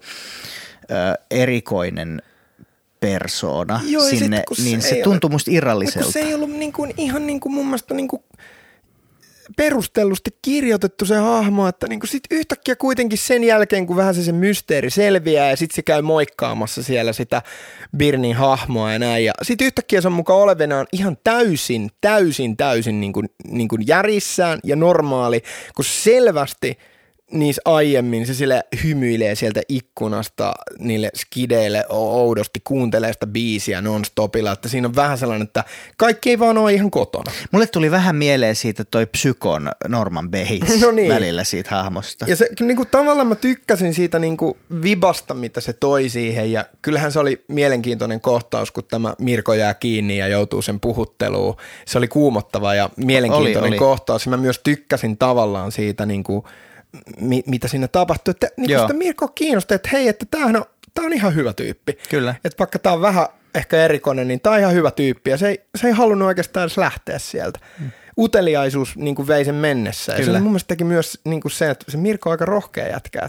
erikoinen persoona sinne, niin se tuntui musta irralliselta. Se ei ollut ihan mun mielestä perustellusti kirjoitettu se hahmo, että sit yhtäkkiä kuitenkin sen jälkeen, kun vähän se mysteeri selviää ja sitten se käy moikkaamassa siellä sitä Birnin hahmoa ja näin. Ja sitten yhtäkkiä se on mukaan olevinaan ihan täysin järissään ja normaali, kun selvästi niissä aiemmin se sille hymyilee sieltä ikkunasta niille skideille oudosti, kuuntelee sitä biisiä non-stopilla, että siinä on vähän sellainen, että kaikki ei vaan ole ihan kotona. Mulle tuli vähän mieleen siitä toi Psykon Norman Bates välillä siitä hahmosta. Ja se tavallaan mä tykkäsin siitä vibasta, mitä se toi siihen ja kyllähän se oli mielenkiintoinen kohtaus, kun tämä Mirko jää kiinni ja joutuu sen puhutteluun. Se oli kuumottava ja mielenkiintoinen kohtaus ja mä myös tykkäsin tavallaan siitä mitä siinä tapahtui, että sitä Mirko kiinnosti, että hei, että tämä on ihan hyvä tyyppi. Kyllä. Että vaikka tämä on vähän ehkä erikoinen, niin tämä on ihan hyvä tyyppi ja se ei halunnut oikeastaan edes lähteä sieltä. Uteliaisuus vei sen mennessä ja se mun mielestä teki myös se, että se Mirko on aika rohkea jätkä.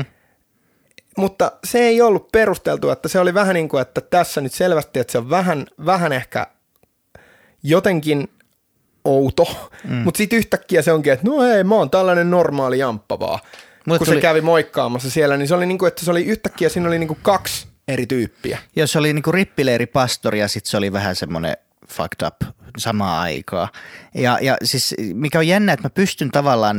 Mutta se ei ollut perusteltu, että se oli vähän että tässä nyt selvästi, että se on vähän ehkä jotenkin outo, mutta sitten yhtäkkiä se onkin, että no ei, mä oon tällainen normaali jamppa vaan. Kun se kävi moikkaamassa siellä, niin se oli että se oli yhtäkkiä, siinä oli 2 eri tyyppiä. Joo, se oli rippileiripastori ja sitten se oli vähän semmoinen fucked up samaan aikaan. Ja siis mikä on jännä, että mä pystyn tavallaan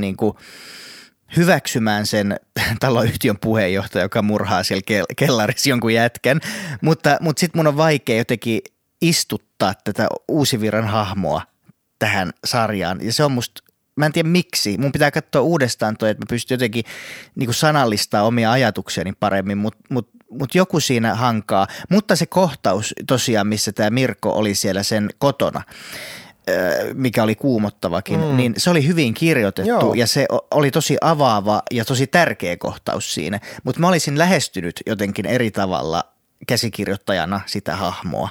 hyväksymään sen taloyhtiön puheenjohtaja, joka murhaa siellä kellarissa jonkun jätkän, mutta sitten mun on vaikea jotenkin istuttaa tätä Uusivirran hahmoa tähän sarjaan. Ja se on musta, mä en tiedä miksi, mun pitää katsoa uudestaan toi, että mä pystyn jotenkin sanallistaa omia ajatuksiani paremmin, mutta joku siinä hankaa. Mutta se kohtaus tosiaan, missä tämä Mirko oli siellä sen kotona, mikä oli kuumottavakin, niin se oli hyvin kirjoitettu. Joo. Ja se oli tosi avaava ja tosi tärkeä kohtaus siinä. Mutta mä olisin lähestynyt jotenkin eri tavalla käsikirjoittajana sitä hahmoa.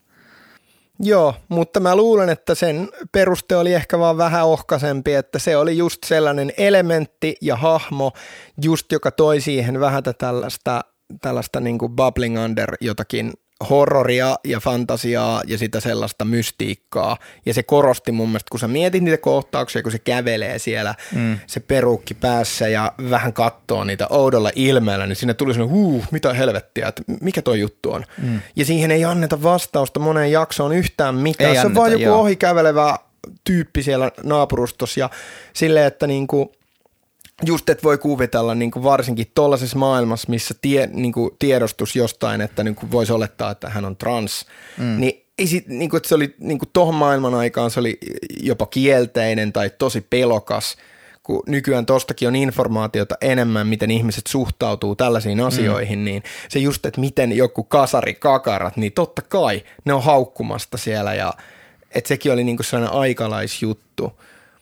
Joo, mutta mä luulen, että sen peruste oli ehkä vaan vähän ohkaisempi, että se oli just sellainen elementti ja hahmo, just joka toi siihen vähän tällaista niin kuin bubbling under jotakin horroria ja fantasiaa ja sitä sellaista mystiikkaa. Ja se korosti mun mielestä, kun sä mietit niitä kohtauksia, kun se kävelee siellä, se peruukki päässä ja vähän katsoo niitä oudolla ilmeellä, niin siinä tuli sellainen, mitä helvettiä, että mikä toi juttu on. Ja siihen ei anneta vastausta moneen jaksoon yhtään mitään. Ei se anneta, on vaan joku joo. ohikävelevä tyyppi siellä naapurustossa ja silleen, että niinku just, että voi kuvitella niin kuin varsinkin tuollaisessa maailmassa, missä niin kuin tiedostus jostain, että niin kuin voisi olettaa, että hän on trans, niin, niin kuin, että se oli niin kuin tohon maailman aikaan se oli jopa kielteinen tai tosi pelokas, kun nykyään tostakin on informaatiota enemmän, miten ihmiset suhtautuu tällaisiin asioihin, niin se just, että miten joku kasarikakarat, niin totta kai ne on haukkumasta siellä ja että sekin oli niin kuin sellainen aikalaisjuttu.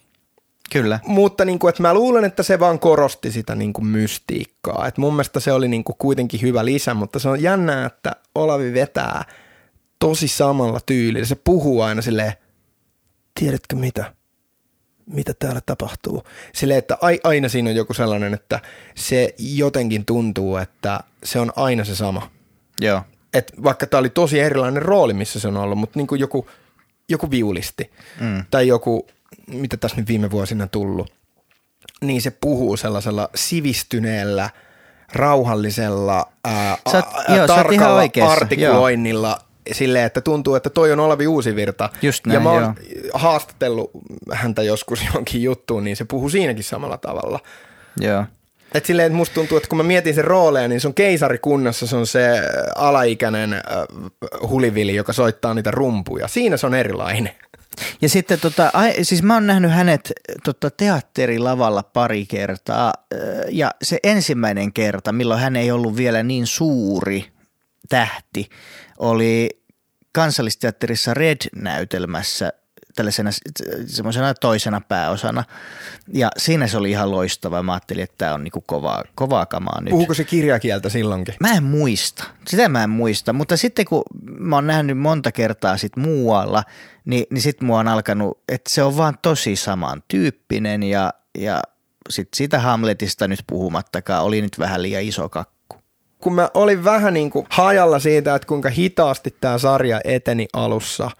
Kyllä. Mutta niin kuin, että mä luulen, että se vaan korosti sitä niin kuin mystiikkaa. Että mun mielestä se oli niin kuin kuitenkin hyvä lisä, mutta se on jännää, että Olavi vetää tosi samalla tyylillä. Se puhuu aina silleen, tiedätkö mitä? Mitä täällä tapahtuu? Silleen, että aina siinä on joku sellainen, että se jotenkin tuntuu, että se on aina se sama. Joo. Et vaikka tää oli tosi erilainen rooli, missä se on ollut, mutta niin kuin joku viulisti tai joku, mitä tässä nyt viime vuosina tullut, niin se puhuu sivistyneellä, rauhallisella, tarkalla artikuloinnilla silleen, että tuntuu, että toi on Olavi Uusivirta. Just näin, ja mä oon haastatellut häntä joskus jonkin juttuun, niin se puhuu siinäkin samalla tavalla. Joo. Et silleen, että musta tuntuu, että kun mä mietin sen rooleja, niin se on keisarikunnassa, se on se alaikäinen hulivili, joka soittaa niitä rumpuja. Siinä se on erilainen. Ja sitten siis mä oon nähnyt hänet teatterilavalla pari kertaa ja se ensimmäinen kerta, milloin hän ei ollut vielä niin suuri tähti, oli Kansallisteatterissa Red-näytelmässä tällaisena semmoisena toisena pääosana ja siinä se oli ihan loistava. Mä ajattelin, että tää on niinku kovaa kamaa nyt. Puhuuko se kirjakieltä silloinkin? Mä en muista. Sitä mä en muista, mutta sitten kun mä oon nähnyt monta kertaa sit muualla, niin sit mua on alkanut, että se on vaan tosi samantyyppinen ja sit siitä Hamletista nyt puhumattakaan oli nyt vähän liian iso kakku. Kun mä olin vähän niin kuin hajalla siitä, että kuinka hitaasti tämä sarja eteni alussa,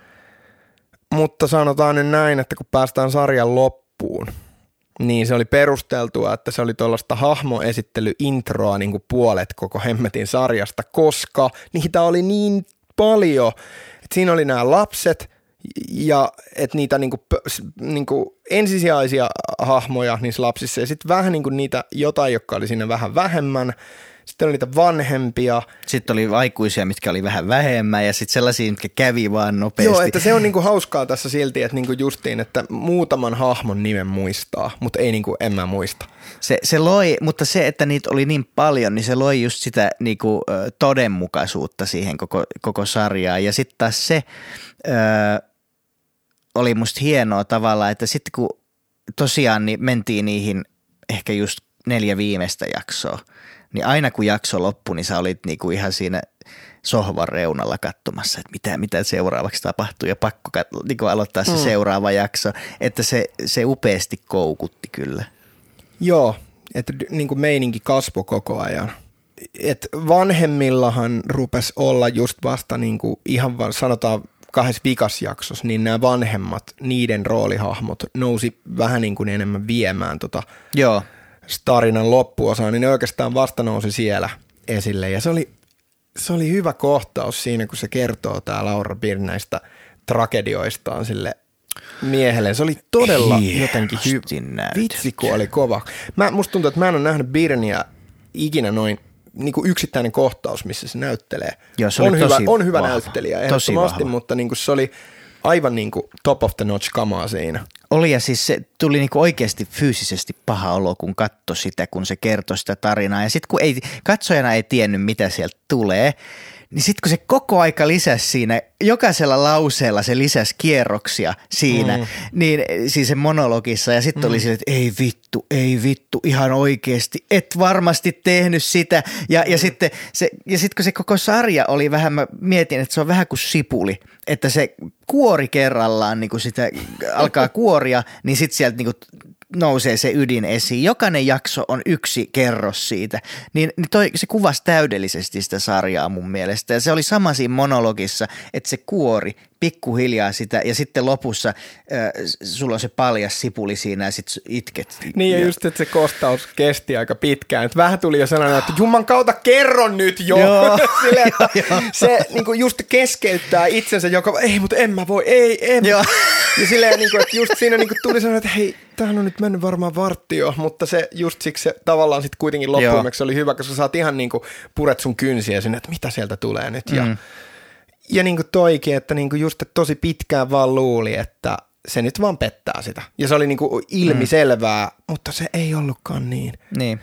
mutta sanotaan nyt näin, että kun päästään sarjan loppuun, niin se oli perusteltua, että se oli tuollaista hahmoesittelyintroa niin kuin puolet koko hemmetin sarjasta, koska niitä oli niin paljon, että siinä oli nämä lapset ja että niitä niin kuin ensisijaisia hahmoja niissä lapsissa ja sitten vähän niin kuin niitä jotain, jotka oli siinä vähän vähemmän. Sitten oli niitä vanhempia. Sitten oli aikuisia, mitkä oli vähän vähemmän ja sitten sellaisia, mitkä kävi vaan nopeasti. Joo, että se on niinku hauskaa tässä silti, että niinku justiin, että muutaman hahmon nimen muistaa, mutta ei niinku en mä muista. Se loi, mutta se, että niitä oli niin paljon, niin se loi just sitä niinku todenmukaisuutta siihen koko sarjaan. Ja sitten taas se oli musta hienoa tavalla, että sitten kun tosiaan niin mentiin niihin ehkä just 4 viimeistä jaksoa, niin aina kun jakso loppui, niin sä olit niinku ihan siinä sohvan reunalla katsomassa, että mitä seuraavaksi tapahtuu ja pakko niinku aloittaa se seuraava jakso, että se upeasti koukutti kyllä. Joo, että niinku meininki kasvoi koko ajan. Et vanhemmillahan rupesi olla just vasta niinku ihan vaan sanotaan 2 vikasjaksossa, niin nämä vanhemmat, niiden roolihahmot nousi vähän niin kuin enemmän viemään Joo. tarinan loppuosaan, niin ne oikeastaan vasta nousi siellä esille. Ja se oli hyvä kohtaus siinä, kun se kertoo tää Laura Birn näistä tragedioistaan sille miehelle. Se oli todella jotenkin hyvä. Vitsi, kun oli kova. Musta tuntuu, että mä en ole nähnyt Birnia ikinä noin niin kuin yksittäinen kohtaus, missä se näyttelee. Joo, se on hyvä näyttelijä ehdottomasti, mutta niin kuin se oli aivan niin kuin top of the notch kamaa siinä. Oli ja siis se tuli niinku oikeasti fyysisesti paha olo, kun katsoi sitä, kun se kertoi sitä tarinaa. Ja sitten kun katsojana ei tiennyt, mitä sieltä tulee, Niin sitten kun se koko aika lisäsi siinä, jokaisella lauseella se lisäsi kierroksia siinä, niin siis se monologissa ja sitten oli sille, että ei vittu, ihan oikeasti, et varmasti tehnyt sitä. Ja sitten kun se koko sarja oli vähän, mä mietin, että se on vähän kuin sipuli, että se kuori kerrallaan, niin kun sitä alkaa kuoria, niin sitten sieltä niin kuin nousee se ydin esiin. Jokainen jakso on yksi kerros siitä. Niin se kuvasi täydellisesti sitä sarjaa mun mielestä. Ja se oli sama siinä monologissa, että se kuori pikkuhiljaa sitä ja sitten lopussa sulla on se paljas sipuli siinä ja sitten itket. Niin ja just, että se kostaus kesti aika pitkään. Että vähän tuli jo sellainen, että Jumman kautta kerron nyt jo. Silleen, että se niinku just keskeyttää itsensä, joka ei, mutta en mä voi, ei. Ja silleen, niinku, että just siinä niinku tuli sellainen, että hei, tämähän on nyt mennyt varmaan vartti jo, mutta se just siksi se tavallaan sitten kuitenkin loppuimeksi oli hyvä, koska sä oot ihan niinku puret sun kynsiä sinne, että mitä sieltä tulee nyt. Ja niin kuin toikin, että niin kuin just että tosi pitkään vaan luuli, että se nyt vaan pettää sitä. Ja se oli niin kuin ilmiselvää, mutta se ei ollutkaan niin.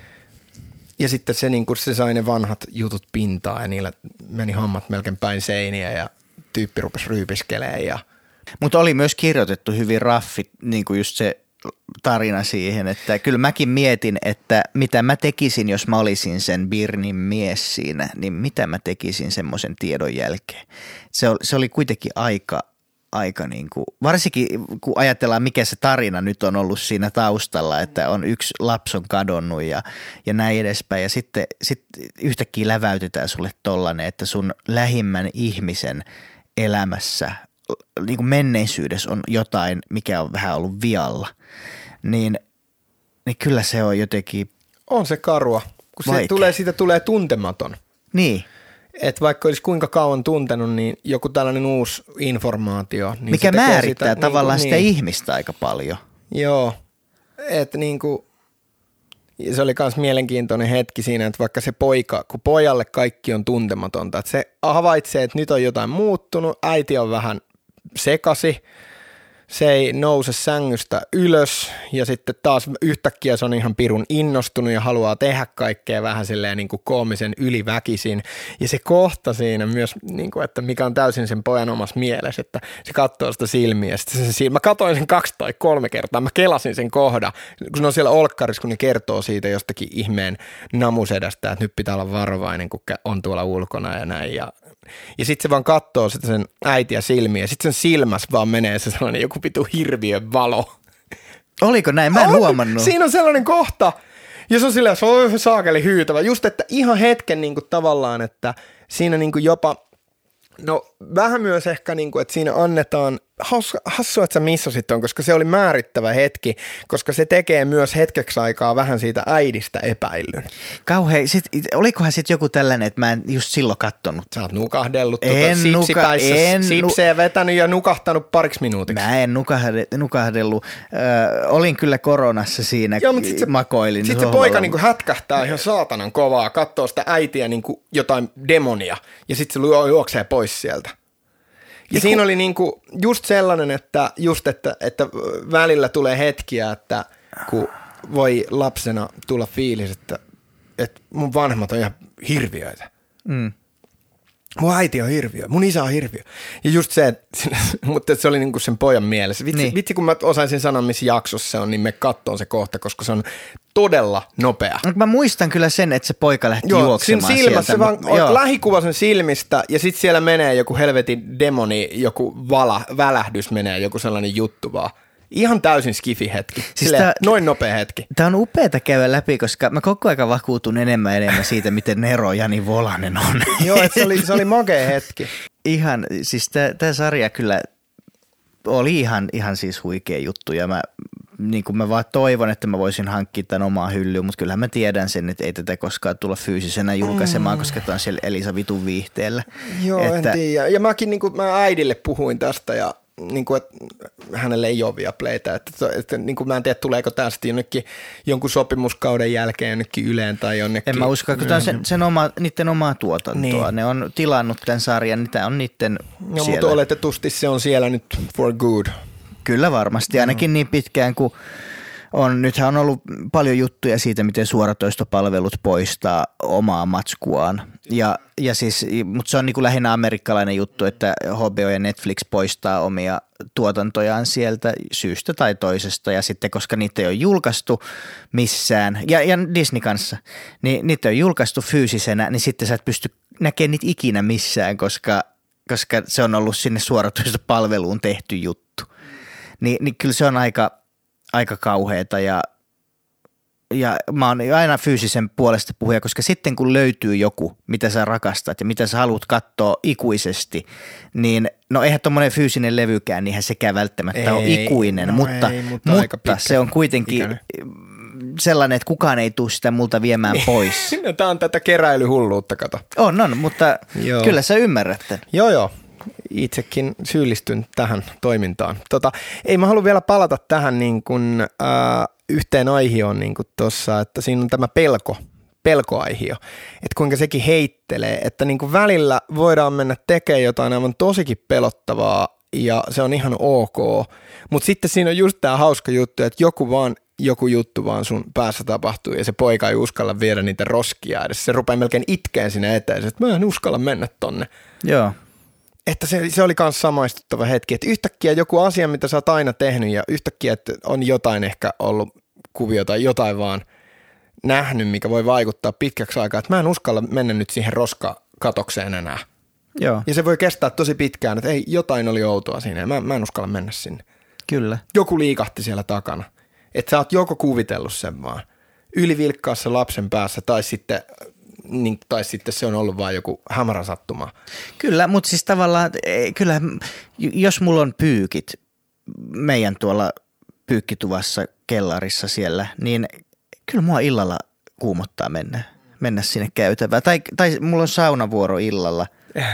Ja sitten se, niin kuin se sai ne vanhat jutut pintaan ja niillä meni hammat melkein päin seiniä ja tyyppi rupesi ryypiskelemään. Mutta oli myös kirjoitettu hyvin raffit, niin kuin just se tarina siihen, että kyllä mäkin mietin, että mitä mä tekisin, jos mä olisin sen Birnin mies siinä, niin mitä mä tekisin semmoisen tiedon jälkeen. Se oli kuitenkin aika niin kuin, varsinkin kun ajatellaan, mikä se tarina nyt on ollut siinä taustalla, että on yksi lapsi on kadonnut ja näin edespäin. Ja sitten yhtäkkiä läväytetään sulle tollanen, että sun lähimmän ihmisen elämässä, niin kuin menneisyydessä on jotain, mikä on vähän ollut vialla. Niin kyllä se on jotenkin on se karua, kun siitä tulee tuntematon. Niin. Että vaikka olisi kuinka kauan tuntenut, niin joku tällainen uusi informaatio. Niin mikä määrittää sitä, tavallaan sitä ihmistä aika paljon. Joo, että niinku, se oli myös mielenkiintoinen hetki siinä, että vaikka se poika, kun pojalle kaikki on tuntematonta, että se havaitsee, että nyt on jotain muuttunut, äiti on vähän sekasi, se ei nouse sängystä ylös ja sitten taas yhtäkkiä se on ihan pirun innostunut ja haluaa tehdä kaikkea vähän silleen niin kuin koomisen yliväkisin. Ja se kohta siinä myös, niin kuin, että mikä on täysin sen pojan omassa mielessä, että se katsoo sitä silmiä. Mä katsoin sen 2 tai 3 kertaa, mä kelasin sen kohdan, kun ne on siellä olkkarissa, kun ne kertoo siitä jostakin ihmeen namusedästä, että nyt pitää olla varovainen, kun on tuolla ulkona ja näin. Ja sitten se vaan katsoo sitä sen äitiä silmiä ja sitten sen silmässä vaan menee se sellainen joku pitu hirviön valo. Oliko näin? Mä en huomannut. Siinä on sellainen kohta ja se on silleen, se on saakeli hyytävä. Just, että ihan hetken niin kuin tavallaan, että siinä niin kuin jopa, no vähän myös ehkä niin kuin, että siinä annetaan, hassua, että sä missasit on, koska se oli määrittävä hetki, koska se tekee myös hetkeksi aikaa vähän siitä äidistä epäillyn. Kauhean, olikohan sitten joku tällainen, että mä en just silloin kattonut. Sä oot nukahdellut sipseä vetänyt ja nukahtanut pariksi minuutiksi. Mä en nukahdellut. Olin kyllä koronassa siinä, joo, makoilin. Sitten se poika niinku hätkähtää ihan saatanan kovaa, katsoo sitä äitiä niinku jotain demonia ja sitten se juoksee pois sieltä. Ja siinä oli niinku just sellainen, että välillä tulee hetkiä, että kun voi lapsena tulla fiilis, että mun vanhemmat on ihan hirviöitä. Mun äiti on hirviö, mun isä on hirviö. Ja just se, mutta se oli niinku sen pojan mielessä. Vitsi kun mä osaisin sanoa, missä jaksossa se on, niin me kattoon se kohta, koska se on todella nopea. Mä muistan kyllä sen, että se poika lähti juoksemaan silmässä, sieltä. Se vaan lähikuva sen silmistä ja sitten siellä menee joku helvetin demoni, joku välähdys menee, joku sellainen juttu vaan. Ihan täysin skifi hetki, siis noin nopea hetki. Tämä on upeata käydä läpi, koska mä koko aika vakuutun enemmän siitä, miten nero Jani Volanen on. Joo, että se oli makea hetki. Ihan, siis tämä sarja kyllä oli ihan siis huikea juttu ja mä vaan toivon, että mä voisin hankkia tämän omaa hyllyyn, mutta kyllähän mä tiedän sen, että ei tätä koskaan tulla fyysisenä julkaisemaan, koska tämä on siellä Elisa vitun viihteellä. Joo, en tiedä. Ja mäkin mä äidille puhuin tästä ja niin kuin, että hänelle ei ole Viaplaytä, että niin kuin mä en tiedä, tuleeko tämä sitten jonkun sopimuskauden jälkeen jonnekin Yleen tai jonnekin. En mä usko, että tämä on niiden omaa tuotantoa. Niin. Ne on tilannut tämän sarjan, niin tämä on niiden siellä. Mutta oletetusti se on siellä nyt for good. Kyllä varmasti, ainakin niin pitkään kuin Nythän on ollut paljon juttuja siitä, miten suoratoistopalvelut poistaa omaa matskuaan. Ja siis, mutta se on niin kuin lähinnä amerikkalainen juttu, että HBO ja Netflix poistaa omia tuotantojaan sieltä syystä tai toisesta. Ja sitten, koska niitä ei ole julkaistu missään, ja Disney kanssa, niin niitä ei ole julkaistu fyysisenä, niin sitten sä et pysty näkemään niitä ikinä missään, koska se on ollut sinne suoratoistopalveluun tehty juttu. Niin kyllä se on aika kauheata ja mä oon aina fyysisen puolesta puhuja, koska sitten kun löytyy joku, mitä sä rakastat ja mitä sä haluat katsoa ikuisesti, niin no eihän tommonen fyysinen levykään, niinhän sekään välttämättä ole ikuinen, mutta se on kuitenkin ikäinen. Sellainen, että kukaan ei tule sitä multa viemään pois. No, tää on tätä keräilyhulluutta, kato. On, mutta kyllä sä ymmärrät tämän. Joo. Itsekin syyllistyn tähän toimintaan. Ei mä halua vielä palata tähän niin kuin, yhteen aihioon niin kuin tuossa, että siinä on tämä pelkoaihio, että kuinka sekin heittelee, että niin kuin välillä voidaan mennä tekemään jotain aivan tosikin pelottavaa ja se on ihan ok, mutta sitten siinä on just tämä hauska juttu, että joku juttu vaan sun päässä tapahtuu ja se poika ei uskalla viedä niitä roskia edes. Se rupeaa melkein itkeen siinä eteen, että mä en uskalla mennä tonne. Joo. Että se oli myös samaistuttava hetki, että yhtäkkiä joku asia, mitä sä oot aina tehnyt ja yhtäkkiä, että on jotain ehkä ollut kuvio tai jotain vaan nähnyt, mikä voi vaikuttaa pitkäksi aikaa, että mä en uskalla mennä nyt siihen roskakatokseen enää. Joo. Ja se voi kestää tosi pitkään, että ei, jotain oli outoa siinä ja mä en uskalla mennä sinne. Kyllä. Joku liikahti siellä takana, että sä oot joko kuvitellut sen vaan ylivilkkaassa lapsen päässä tai sitten se on ollut vain joku hämärä sattuma. Kyllä, mutta siis tavallaan, kyllä jos mulla on pyykit meidän tuolla pyykkituvassa kellarissa siellä, niin kyllä mua illalla kuumottaa mennä sinne käytävään. Tai mulla on saunavuoro illalla,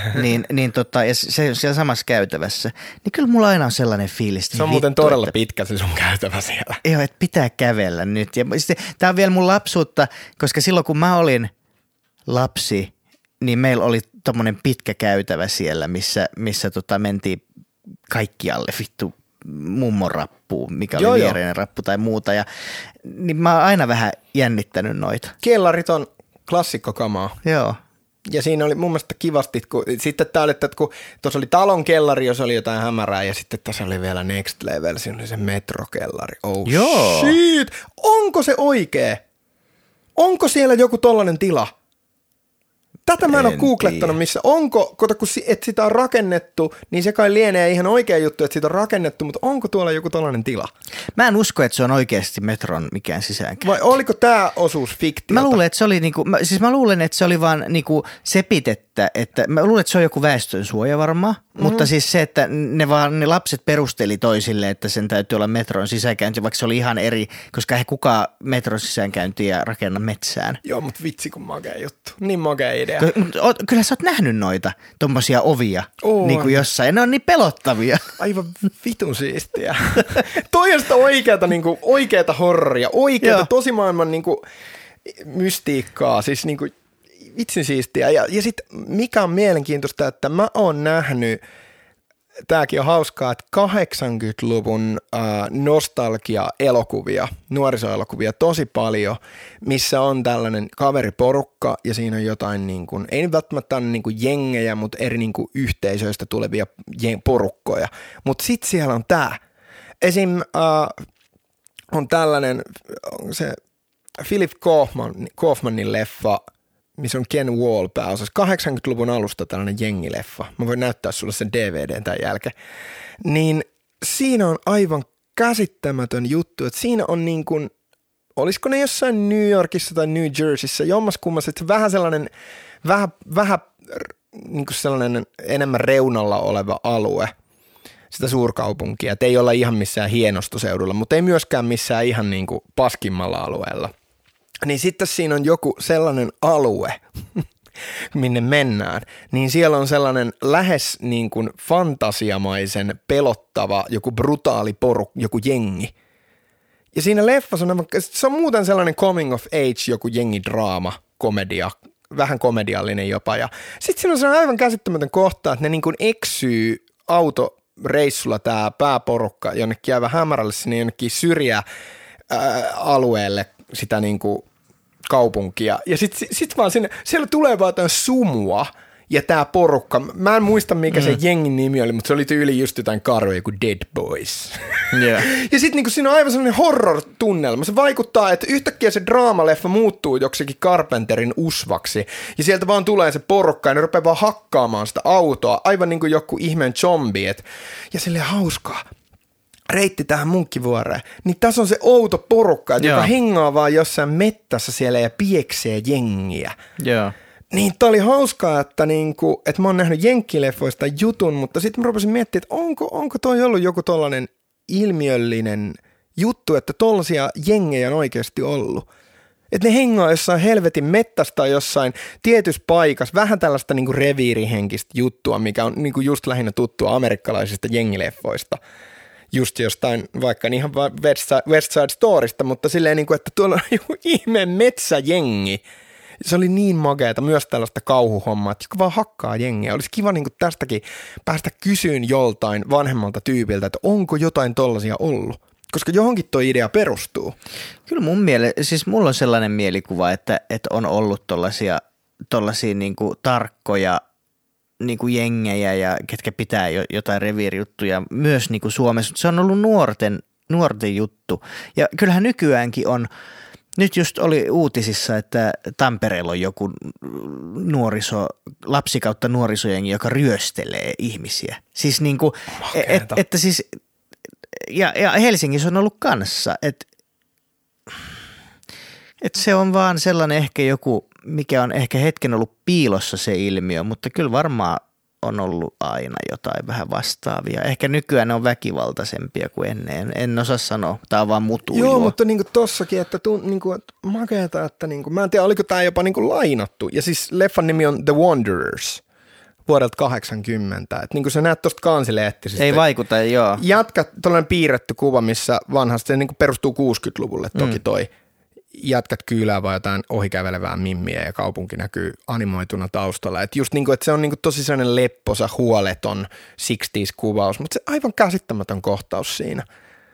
ja se on siellä samassa käytävässä. Niin kyllä mulla aina on sellainen fiilis. Se on muuten todella pitkä se sun käytävä siellä. Joo, että pitää kävellä nyt. Ja tää on vielä mun lapsuutta, koska silloin kun mä olin lapsi, niin meillä oli tommonen pitkä käytävä siellä, missä mentiin kaikkialle vittu mummon rappuun, mikä oli viereinen rappu tai muuta. Niin mä oon aina vähän jännittänyt noita. Kellarit on klassikkokamaa. Joo. Ja siinä oli mun mielestä kivasti, sitten tää oli, että kun tuossa oli talon kellari, jos oli jotain hämärää, ja sitten tässä oli vielä next level, siinä oli se metrokellari. Oh joo. Shit! Onko se oikee? Onko siellä joku tollainen tila? Tätä mä en ole googlettanut missä. Onko, kun että sitä on rakennettu, niin se kai lienee ihan oikea juttu, että sitä on rakennettu, mutta onko tuolla joku tollainen tila? Mä en usko, että se on oikeasti metron mikään sisäänkäynti. Vai oliko tämä osuus fiktiota? Mä luulen, että se oli mä luulen, että se oli vaan sepitettä, että mä luulen, että se on joku väestönsuoja varmaan, mutta siis se, että ne lapset perusteli toisille, että sen täytyy olla metron sisäänkäynti, vaikka se oli ihan eri, koska ei kukaan metron sisäänkäyntiä rakenna metsään. Joo, mutta vitsi kun makea juttu. Niin makea idea. Kyllä sä oot nähnyt noita tommosia ovia niin kuin jossain, ja ne on niin pelottavia. Aivan vitun siistiä. Toi on sitä oikeata horroria, oikeata tosimaailman mystiikkaa, siis vitsin siistiä. Ja sitten mikä on mielenkiintoista, että mä oon nähnyt, tääkin on hauskaa, että 80-luvun nostalgia-elokuvia, nuorisoelokuvia tosi paljon, missä on tällainen kaveriporukka ja siinä on jotain, ei välttämättä ole jengejä, mutta eri yhteisöistä tulevia porukkoja. Mutta sitten siellä on tää. Esim. On tällainen, se Philip Kaufmanin leffa, missä on Ken Wall pääosassa, 80-luvun alusta tällainen jengileffa. Mä voin näyttää sulle sen DVDn tämän jälkeen. Niin siinä on aivan käsittämätön juttu, että siinä on olisiko ne jossain New Yorkissa tai New Jerseyssä, jommaskummassa, että se vähän sellainen, vähän sellainen enemmän reunalla oleva alue, sitä suurkaupunkia, että ei olla ihan missään hienostoseudulla, mutta ei myöskään missään ihan paskimmalla alueella. Niin sitten siinä on joku sellainen alue, minne mennään, niin siellä on sellainen lähes fantasiamaisen pelottava, joku brutaali joku jengi. Ja siinä leffassa se on muuten sellainen coming of age, joku jengidraama, komedia, vähän komediallinen jopa. Ja sitten siinä on sellainen aivan käsittämätön kohta, että ne eksyy autoreissulla tämä pääporukka jonnekin aivan hämärälle sinne jonnekin syrjää alueelle sitä niin kuin kaupunkia. Ja sit vaan siellä tulee vaan jotain sumua ja tää porukka. Mä en muista mikä se jengin nimi oli, mutta se oli tyyli just jotain karvoja kuin Dead Boys. Yeah. Ja sit niinku siinä on aivan sellainen horror-tunnelma. Se vaikuttaa, että yhtäkkiä se draamaleffa muuttuu joksikin Carpenterin usvaksi. Ja sieltä vaan tulee se porukka ja ne rupeaa vaan hakkaamaan sitä autoa. Aivan niin kuin joku ihmeen zombi. Ja silleen hauskaa. Reitti tähän Munkkivuoreen, niin tässä on se outo porukka, joka hengaa vaan jossain mettässä siellä ja pieksee jengiä. Joo. Niin tää oli hauskaa, että mä oon nähnyt jenkkileffoista jutun, mutta sitten mä rupesin miettimään, että onko toi ollut joku tollainen ilmiöllinen juttu, että tollaisia jengejä on oikeasti ollut. Että ne hengaa jossain helvetin mettästä tai jossain tietyssä paikassa, vähän tällaista niinku reviirihenkistä juttua, mikä on niinku just lähinnä tuttua amerikkalaisista jengileffoista. Just jostain vaikka ihan West Side Storysta, mutta silleen niin kuin, että tuolla on joku ihmeen metsäjengi. Se oli niin makeata, myös tällaista kauhuhommaa, että joku vaan hakkaa jengiä. Olisi kiva niin kuin tästäkin päästä kysyyn joltain vanhemmalta tyypiltä, että onko jotain tollaisia ollut. Koska johonkin tuo idea perustuu. Kyllä siis mulla on sellainen mielikuva, että on ollut tollaisia niin kuin tarkkoja niin kuin jengejä ja ketkä pitää jotain reviirijuttuja myös niin kuin Suomessa. Se on ollut nuorten juttu. Ja kyllähän nykyäänkin on, nyt just oli uutisissa, että Tampereella on joku lapsi kautta nuorisojengi, joka ryöstelee ihmisiä. Siis niin kuin, että siis, ja Helsingissä on ollut kanssa, että se on vaan sellainen ehkä joku, mikä on ehkä hetken ollut piilossa se ilmiö, mutta kyllä varmaan on ollut aina jotain vähän vastaavia. Ehkä nykyään ne on väkivaltaisempia kuin ennen. En osaa sanoa. Tämä on vaan mutuilua. Joo, mutta niin kuin tossakin, että makeata, että niin kuin, mä en tiedä, oliko tämä jopa niin kuin lainattu. Ja siis leffan nimi on The Wanderers vuodelta 80. Että niin kuin sä näet tuosta kansileettisistä. Ei vaikuta, joo. Jatka tuollainen piirretty kuva, missä vanhasta se niin kuin perustuu 60-luvulle toki toi. Jätkät kyylää vaan jotain ohikävelevää mimmiä ja kaupunki näkyy animoituna taustalla. Että just niin kuin, että se on niin kuin tosi sellainen lepposa, huoleton 60s-kuvaus, mutta se aivan käsittämätön kohtaus siinä.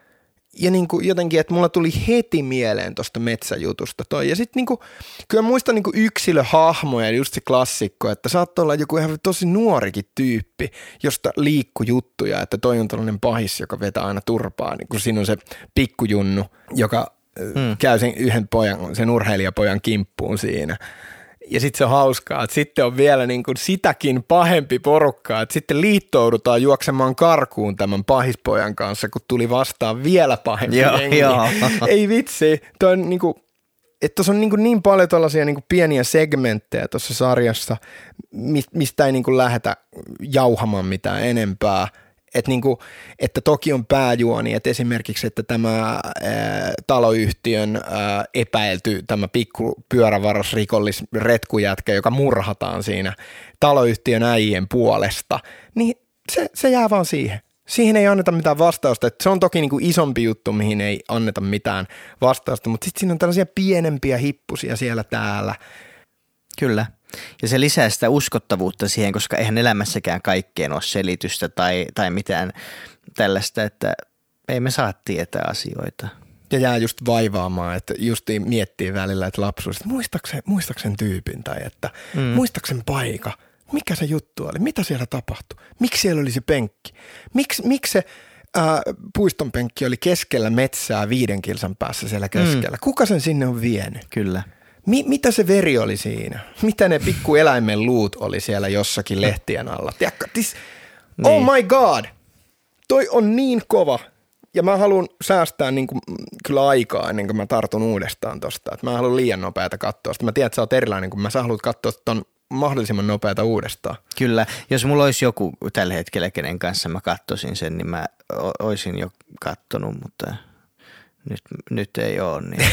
Ja niin kuin jotenkin, että mulla tuli heti mieleen tuosta metsäjutusta toi. Ja sitten niin kuin, kyllä muistan niin kuin yksilöhahmoja, just se klassikko, että saattoi olla joku ihan tosi nuorikin tyyppi, josta liikkui juttuja, että toi on tällainen pahis, joka vetää aina turpaa. Niin kuin siinä on se pikkujunnu, joka käy sen yhden pojan, sen urheilijapojan kimppuun siinä. Ja sitten se on hauskaa, että sitten on vielä niin kuin sitäkin pahempi porukka, että sitten liittoudutaan juoksemaan karkuun tämän pahispojan kanssa, kun tuli vastaan vielä pahempi jengi. Ei vitsi, toi on niin kuin, että tuossa on niin paljon tällaisia niin kuin pieniä segmenttejä tuossa sarjassa, mistä ei niin kuin lähdetä jauhamaan mitään enempää. Että toki on pääjuoni, että esimerkiksi, että tämä taloyhtiön epäilty, tämä pikku pyörävarasrikollis retkujätkä, joka murhataan siinä taloyhtiön äijien puolesta, niin se jää vaan siihen. Siihen ei anneta mitään vastausta. Että se on toki niin kuin isompi juttu, mihin ei anneta mitään vastausta, mutta sitten siinä on tällaisia pienempiä hippusia siellä täällä. Kyllä. Ja se lisää sitä uskottavuutta siihen, koska eihän elämässäkään kaikkeen ole selitystä tai mitään tällaista, että ei me saa tietää asioita. Ja jää just vaivaamaan, että just miettii välillä, että lapsuudesta, muistaksen tyypin tai että muistaksen paikka, mikä se juttu oli, mitä siellä tapahtui, miksi siellä oli se penkki, miksi se puiston penkki oli keskellä metsää 5 kilsan päässä siellä keskellä, kuka sen sinne on vienyt? Kyllä. Mitä se veri oli siinä? Mitä ne pikkueläimen luut oli siellä jossakin lehtien alla? Tiedätkö, oh my god, toi on niin kova. Ja mä haluan säästää niin kuin, kyllä aikaa ennen kuin mä tartun uudestaan tosta. Että mä haluan liian nopeata katsoa. Sitten mä tiedän, että sä oot erilainen, kun sä haluat katsoa ton mahdollisimman nopeata uudestaan. Kyllä. Jos mulla olisi joku tällä hetkellä, kenen kanssa mä katsoisin sen, niin mä oisin jo kattonut, mutta nyt ei ole niin.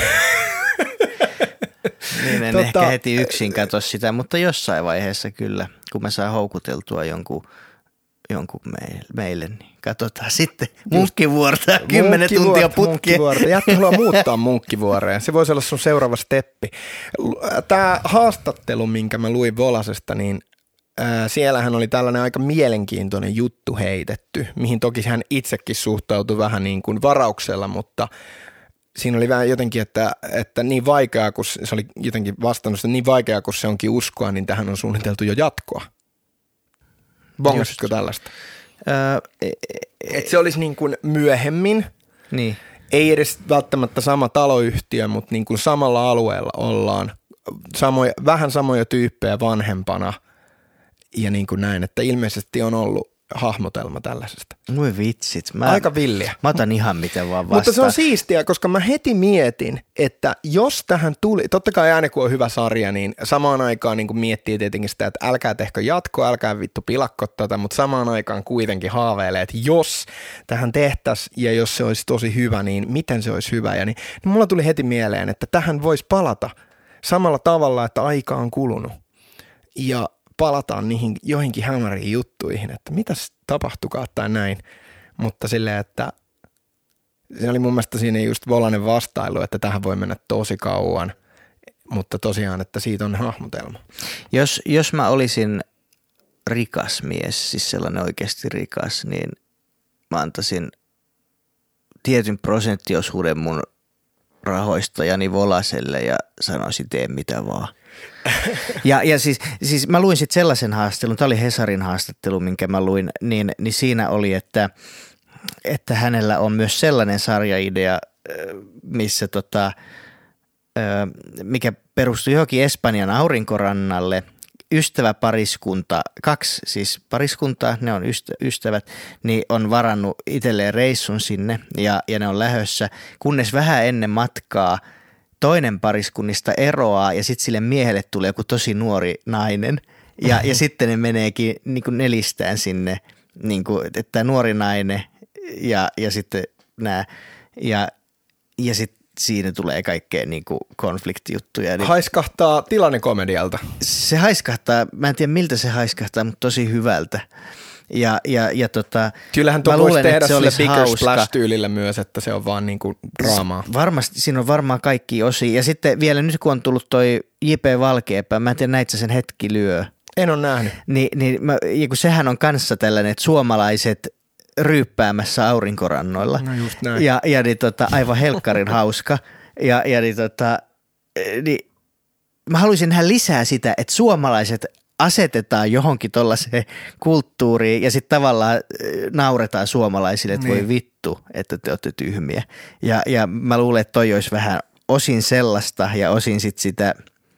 Niin en ehkä heti yksin katso sitä, mutta jossain vaiheessa kyllä, kun mä saan houkuteltua jonkun meille, niin katsotaan sitten Munkkivuorta 10 tuntia putkeen. Jättä haluaa muuttaa Munkkivuoreen. Se voisi olla sun seuraava steppi. Tämä haastattelu, minkä mä luin Volasesta, niin siellähän oli tällainen aika mielenkiintoinen juttu heitetty, mihin toki hän itsekin suhtautui vähän niin kuin varauksella, mutta siinä oli vähän jotenkin, että niin vaikeaa, kun se oli jotenkin vastannut, että niin vaikeaa, kun se onkin uskoa, niin tähän on suunniteltu jo jatkoa. Bongasitko tällaista? Että se olisi niin kuin myöhemmin, Niin. ei edes välttämättä sama taloyhtiö, mutta niin kuin samalla alueella ollaan, vähän samoja tyyppejä vanhempana ja niin kuin näin, että ilmeisesti on ollut hahmotelma tällaisesta. Voi vitsit. Aika villiä. Mä otan ihan miten vaan vastaan. Mutta se on siistiä, koska mä heti mietin, että jos tähän tuli, totta kai aina kun on hyvä sarja, niin samaan aikaan niin kuin miettii tietenkin sitä, että älkää tehkö jatkoa, älkää vittu pilakko tätä, mutta samaan aikaan kuitenkin haaveilee, että jos tähän tehtäisiin ja jos se olisi tosi hyvä, niin miten se olisi hyvä. Ja niin mulla tuli heti mieleen, että tähän voisi palata samalla tavalla, että aika on kulunut ja palataan niihin joihinkin hämäriin juttuihin, että mitäs tapahtukaa tai näin, mutta silleen, että se oli mun mielestä siinä just Volanen vastailu, että tähän voi mennä tosi kauan, mutta tosiaan, että siitä on hahmotelma. Jos mä olisin rikas mies, siis sellainen oikeasti rikas, niin mä antaisin tietyn prosenttiosuuden mun rahoista Jani Volaselle ja sanoisin tee mitä vaan. Ja siis mä luin sitten sellaisen haastattelun, tämä oli Hesarin haastattelu, minkä mä luin, niin siinä oli, että hänellä on myös sellainen sarjaidea, missä mikä perustui johonkin Espanjan aurinkorannalle, ystäväpariskunta, 2 siis pariskuntaa, ne on ystävät, niin on varannut itselleen reissun sinne ja ne on lähössä, kunnes vähän ennen matkaa toinen pariskunnista eroaa ja sitten sille miehelle tulee joku tosi nuori nainen ja sitten ne meneekin niin kuin nelistään sinne, niin kuin, että nuori nainen ja sitten nämä ja sitten siinä tulee kaikkea niin kuin konfliktijuttuja. Niin haiskahtaa tilannekomedialta. Se haiskahtaa, mä en tiedä miltä se haiskahtaa, mutta tosi hyvältä. Kyllähän tuo voisi tehdä sille Bigger Splash-tyylillä myös, että se on vaan niinku draamaa. Varmasti, siinä on varmaan kaikki osia. Ja sitten vielä nyt kun on tullut toi J.P. Valkeapää, mä en tiedä näit sä sen Hetki lyö. En ole nähnyt. Ja kun sehän on kanssa tällainen, että suomalaiset ryyppäämässä aurinkorannoilla. No just näin. Ja aivan helkkarin hauska. Niin mä haluaisin nähdä lisää sitä, että suomalaiset asetetaan johonkin tollaiseen kulttuuriin ja sitten tavallaan nauretaan suomalaisille, että voi vittu, että te olette tyhmiä. Ja mä luulen, että toi olisi vähän osin sellaista ja osin sit sitä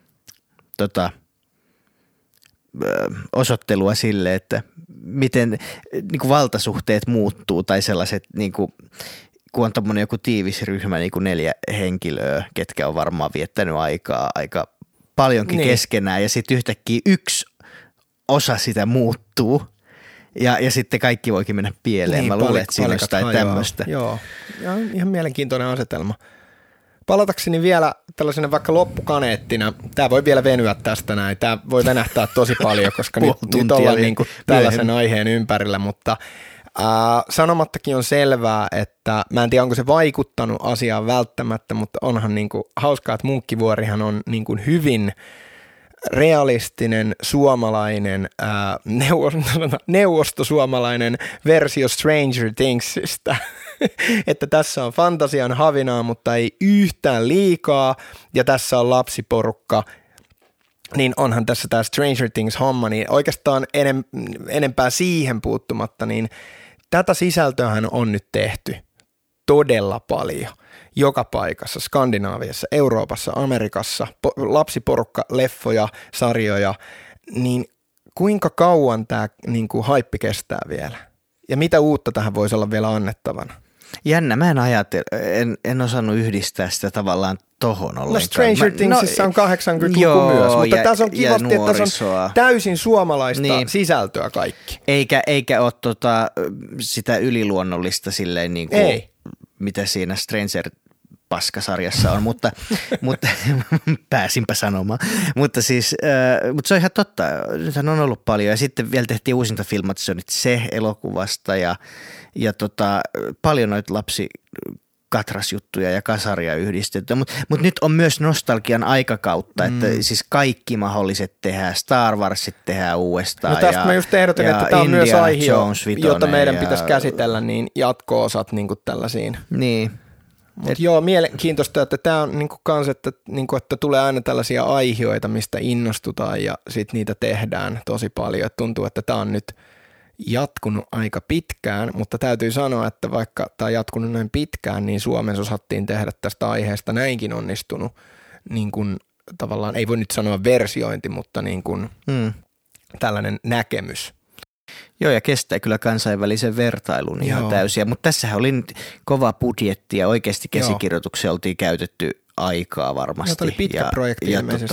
osoittelua sille, että miten niin kuin valtasuhteet muuttuu tai sellaiset, niin kuin, kun on tommoinen joku tiivis ryhmä, niin kuin 4 henkilöä, ketkä on varmaan viettänyt aikaa aika paljonkin keskenään ja sitten yhtäkkiä yksi osa sitä muuttuu ja sitten kaikki voikin mennä pieleen. Mä luulen, että siinä on jotain tämmöistä. Joo, ja ihan mielenkiintoinen asetelma. Palatakseni vielä tällaisena vaikka loppukaneettina, tämä voi vielä venyä tästä näin, tämä voi venähtää tosi paljon, koska nyt ollaan niin kuin tällaisen aiheen ympärillä, mutta sanomattakin on selvää, että mä en tiedä onko se vaikuttanut asiaan välttämättä, mutta onhan niin kuin hauskaa, että Munkkivuorihan on niin kuin hyvin realistinen suomalainen, neuvostosuomalainen versio Stranger Thingsista, että tässä on fantasian havinaa, mutta ei yhtään liikaa ja tässä on lapsiporukka, niin onhan tässä tämä Stranger Things-homma, niin oikeastaan enempää siihen puuttumatta, niin tätä sisältöähän on nyt tehty todella paljon. Joka paikassa, Skandinaaviassa, Euroopassa, Amerikassa, lapsiporukka, leffoja, sarjoja, niin kuinka kauan tämä niin kuin haippi kestää vielä? Ja mitä uutta tähän voisi olla vielä annettavana? Jännä, mä en osannut yhdistää sitä tavallaan tohon ollenkaan. No Stranger Thingsissa on 80-luku myös, mutta tässä on kivasti, että tässä on täysin suomalaista sisältöä kaikki. Eikä ole sitä yliluonnollista silleen niin kuin, mitä siinä Stranger paskasarjassa on, mutta pääsinpä sanomaan. Mutta siis, mutta se on ihan totta. Nythän on ollut paljon ja sitten vielä tehtiin uusinta filmatisoinnit se elokuvasta ja paljon noita lapsikatrasjuttuja ja kasaria yhdistetty. Mutta nyt on myös nostalgian aikakautta, että siis kaikki mahdolliset tehdään. Star Warsit tehdään uudestaan. No tästä mä just ehdotin, että tämä on myös aihe, jota meidän pitäisi käsitellä, niin jatko-osat niin kuin tällaisiin. Niin. Mutta joo, mielenkiintoista, että tämä on niinku kans, että tulee aina tällaisia aihioita, mistä innostutaan ja sitten niitä tehdään tosi paljon. Et tuntuu, että tämä on nyt jatkunut aika pitkään, mutta täytyy sanoa, että vaikka tämä on jatkunut näin pitkään, niin Suomessa osattiin tehdä tästä aiheesta näinkin onnistunut, niin kuin tavallaan, ei voi nyt sanoa versiointi, mutta niin kuin tällainen näkemys. Joo, ja kestää kyllä kansainvälisen vertailun ihan täysiä, mutta tässähän oli nyt kova budjetti ja oikeasti käsikirjoituksia oltiin käytetty aikaa varmasti. Tämä oli pitkä projekti ilmeisesti.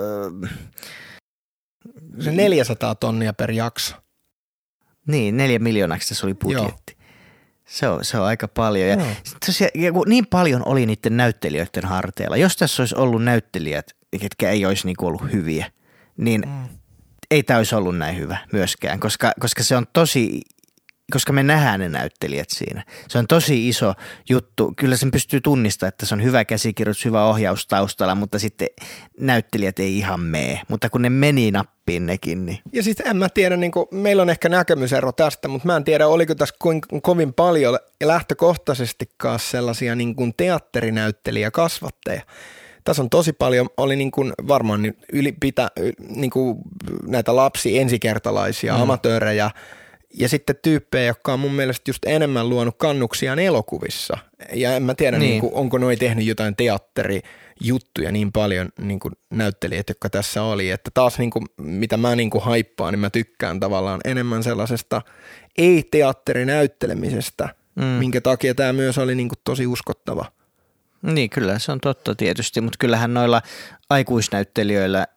Se 400 tonnia per jakso. Niin, 4 miljoonaksi tässä oli budjetti. Se on aika paljon. Ja niin paljon oli niiden näyttelijöiden harteilla. Jos tässä olisi ollut näyttelijät, ketkä ei olisi niinku ollut hyviä, niin ei tämä olisi ollut näin hyvä myöskään, koska se on koska me nähdään ne näyttelijät siinä. Se on tosi iso juttu. Kyllä sen pystyy tunnistamaan, että se on hyvä käsikirjoitus, hyvä ohjaus taustalla, mutta sitten näyttelijät ei ihan mene. Mutta kun ne meni nappiin nekin, niin. Ja sitten en mä tiedä, niin kuin, meillä on ehkä näkemysero tästä, mutta mä en tiedä, oliko tässä kovin paljon lähtökohtaisestikaan sellaisia niin kuin teatterinäyttelijäkasvatteja. Tässä on tosi paljon, oli niin kuin varmaan niin kuin näitä ensikertalaisia amatöörejä ja sitten tyyppejä, jotka on mun mielestä just enemmän luonut kannuksiaan elokuvissa. Ja en mä tiedä, niin kuin, onko noi tehnyt jotain teatterijuttuja niin paljon niin kuin näyttelijät, jotka tässä oli. Että taas niin kuin, mitä mä niin kuin haippaan, niin mä tykkään tavallaan enemmän sellaisesta ei-teatterinäyttelemisestä, minkä takia tämä myös oli niin kuin tosi uskottava. Niin, kyllä se on totta tietysti, mutta kyllähän noilla aikuisnäyttelijöillä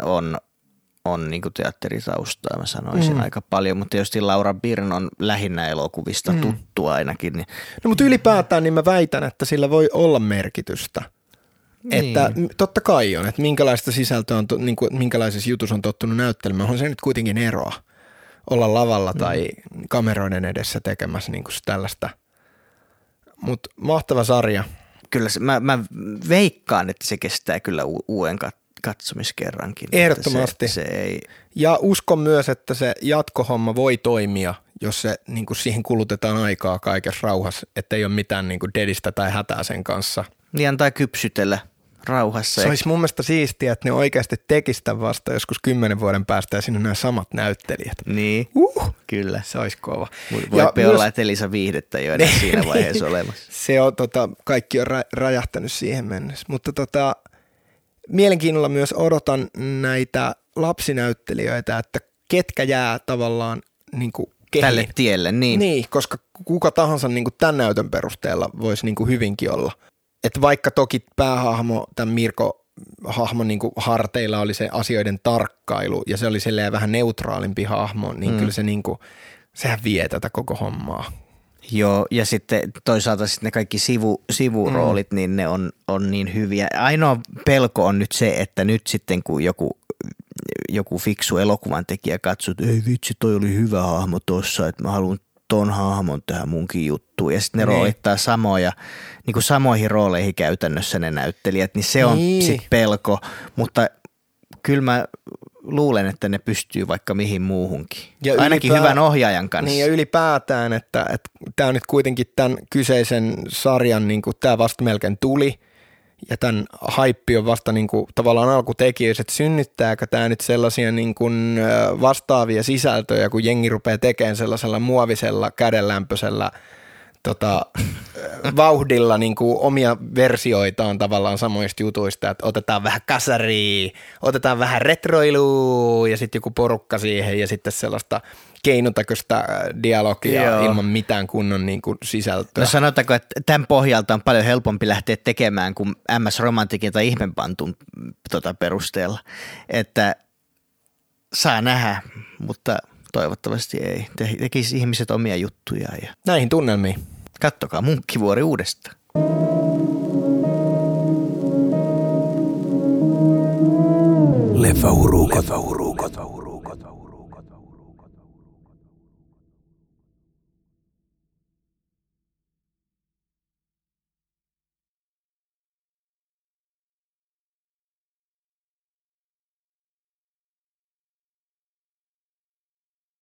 on niin kuin teatteritaustaa, mä sanoisin aika paljon, mutta tietysti Laura Byrne on lähinnä elokuvista tuttu ainakin. Niin. No mutta ylipäätään niin mä väitän, että sillä voi olla merkitystä. Niin. Että totta kai on, että minkälaista sisältöä on, niin kuin, minkälaisessa jutussa on tottunut näyttelemään, on se nyt kuitenkin eroa olla lavalla tai kameroiden edessä tekemässä niin kuin tällaista. Mutta mahtava sarja. Kyllä mä veikkaan, että se kestää kyllä uuden katsomiskerrankin. Ehdottomasti. Se ei. Ja uskon myös, että se jatkohomma voi toimia, jos se, niin kuin siihen kulutetaan aikaa kaikessa rauhassa, että ei ole mitään niin kuin dedistä tai hätää sen kanssa. Niin antaa kypsytellä rauhassa. Se olisi mun mielestä siistiä, että ne oikeasti tekisivät tämän vasta joskus 10 vuoden päästä ja siinä on nämä samat näyttelijät. Niin, kyllä. Se olisi kova. Voi olla, että Elisa Viihdettä ei ole enää siinä vaiheessa olemassa. Se on, kaikki on räjähtänyt siihen mennessä, mutta mielenkiinnolla myös odotan näitä lapsinäyttelijöitä, että ketkä jää tavallaan niin kuin tälle tielle, niin. Niin, koska kuka tahansa niin kuin tämän näytön perusteella voisi niin kuin hyvinkin olla. Että vaikka toki päähahmo, tämän Mirko-hahmon niin kuin harteilla oli se asioiden tarkkailu ja se oli silleen vähän neutraalimpi hahmo, niin kyllä se niin kuin, sehän vie tätä koko hommaa. Joo, ja sitten toisaalta sitten ne kaikki sivuroolit, niin ne on niin hyviä. Ainoa pelko on nyt se, että nyt sitten kun joku fiksu elokuvan tekijä katsoo, että ei vitsi, toi oli hyvä hahmo tossa, että mä haluan ton hahmon tähän munkin juttuun. Ja sitten ne roolittaa niin kuin samoihin rooleihin käytännössä ne näyttelijät, niin se on sitten pelko, mutta kyllä mä luulen, että ne pystyy vaikka mihin muuhunkin. Ja ainakin hyvän ohjaajan kanssa. Niin ja ylipäätään, että tämä on nyt kuitenkin tämän kyseisen sarjan, niin kuin tämä vasta melkein tuli ja tämän haippi on vasta niin kuin tavallaan alkutekijöissä, että synnyttääkö tämä nyt sellaisia niin kuin vastaavia sisältöjä, kun jengi rupeaa tekemään sellaisella muovisella kädenlämpöisellä vauhdilla niin kuin omia versioitaan tavallaan samoista jutuista, että otetaan vähän kasaria, otetaan vähän retroilua ja sitten joku porukka siihen ja sitten sellaista keinotekoista dialogia ilman mitään kunnon niin kuin sisältöä. No sanotaanko, että tämän pohjalta on paljon helpompi lähteä tekemään kuin MS Romantikin tai Ihmepantun perusteella, että saa nähdä, mutta toivottavasti ei. Tekisi ihmiset omia juttujaan. Ja näihin tunnelmiin. Kattokaa Munkkivuori uudestaan. Leffa Uruko.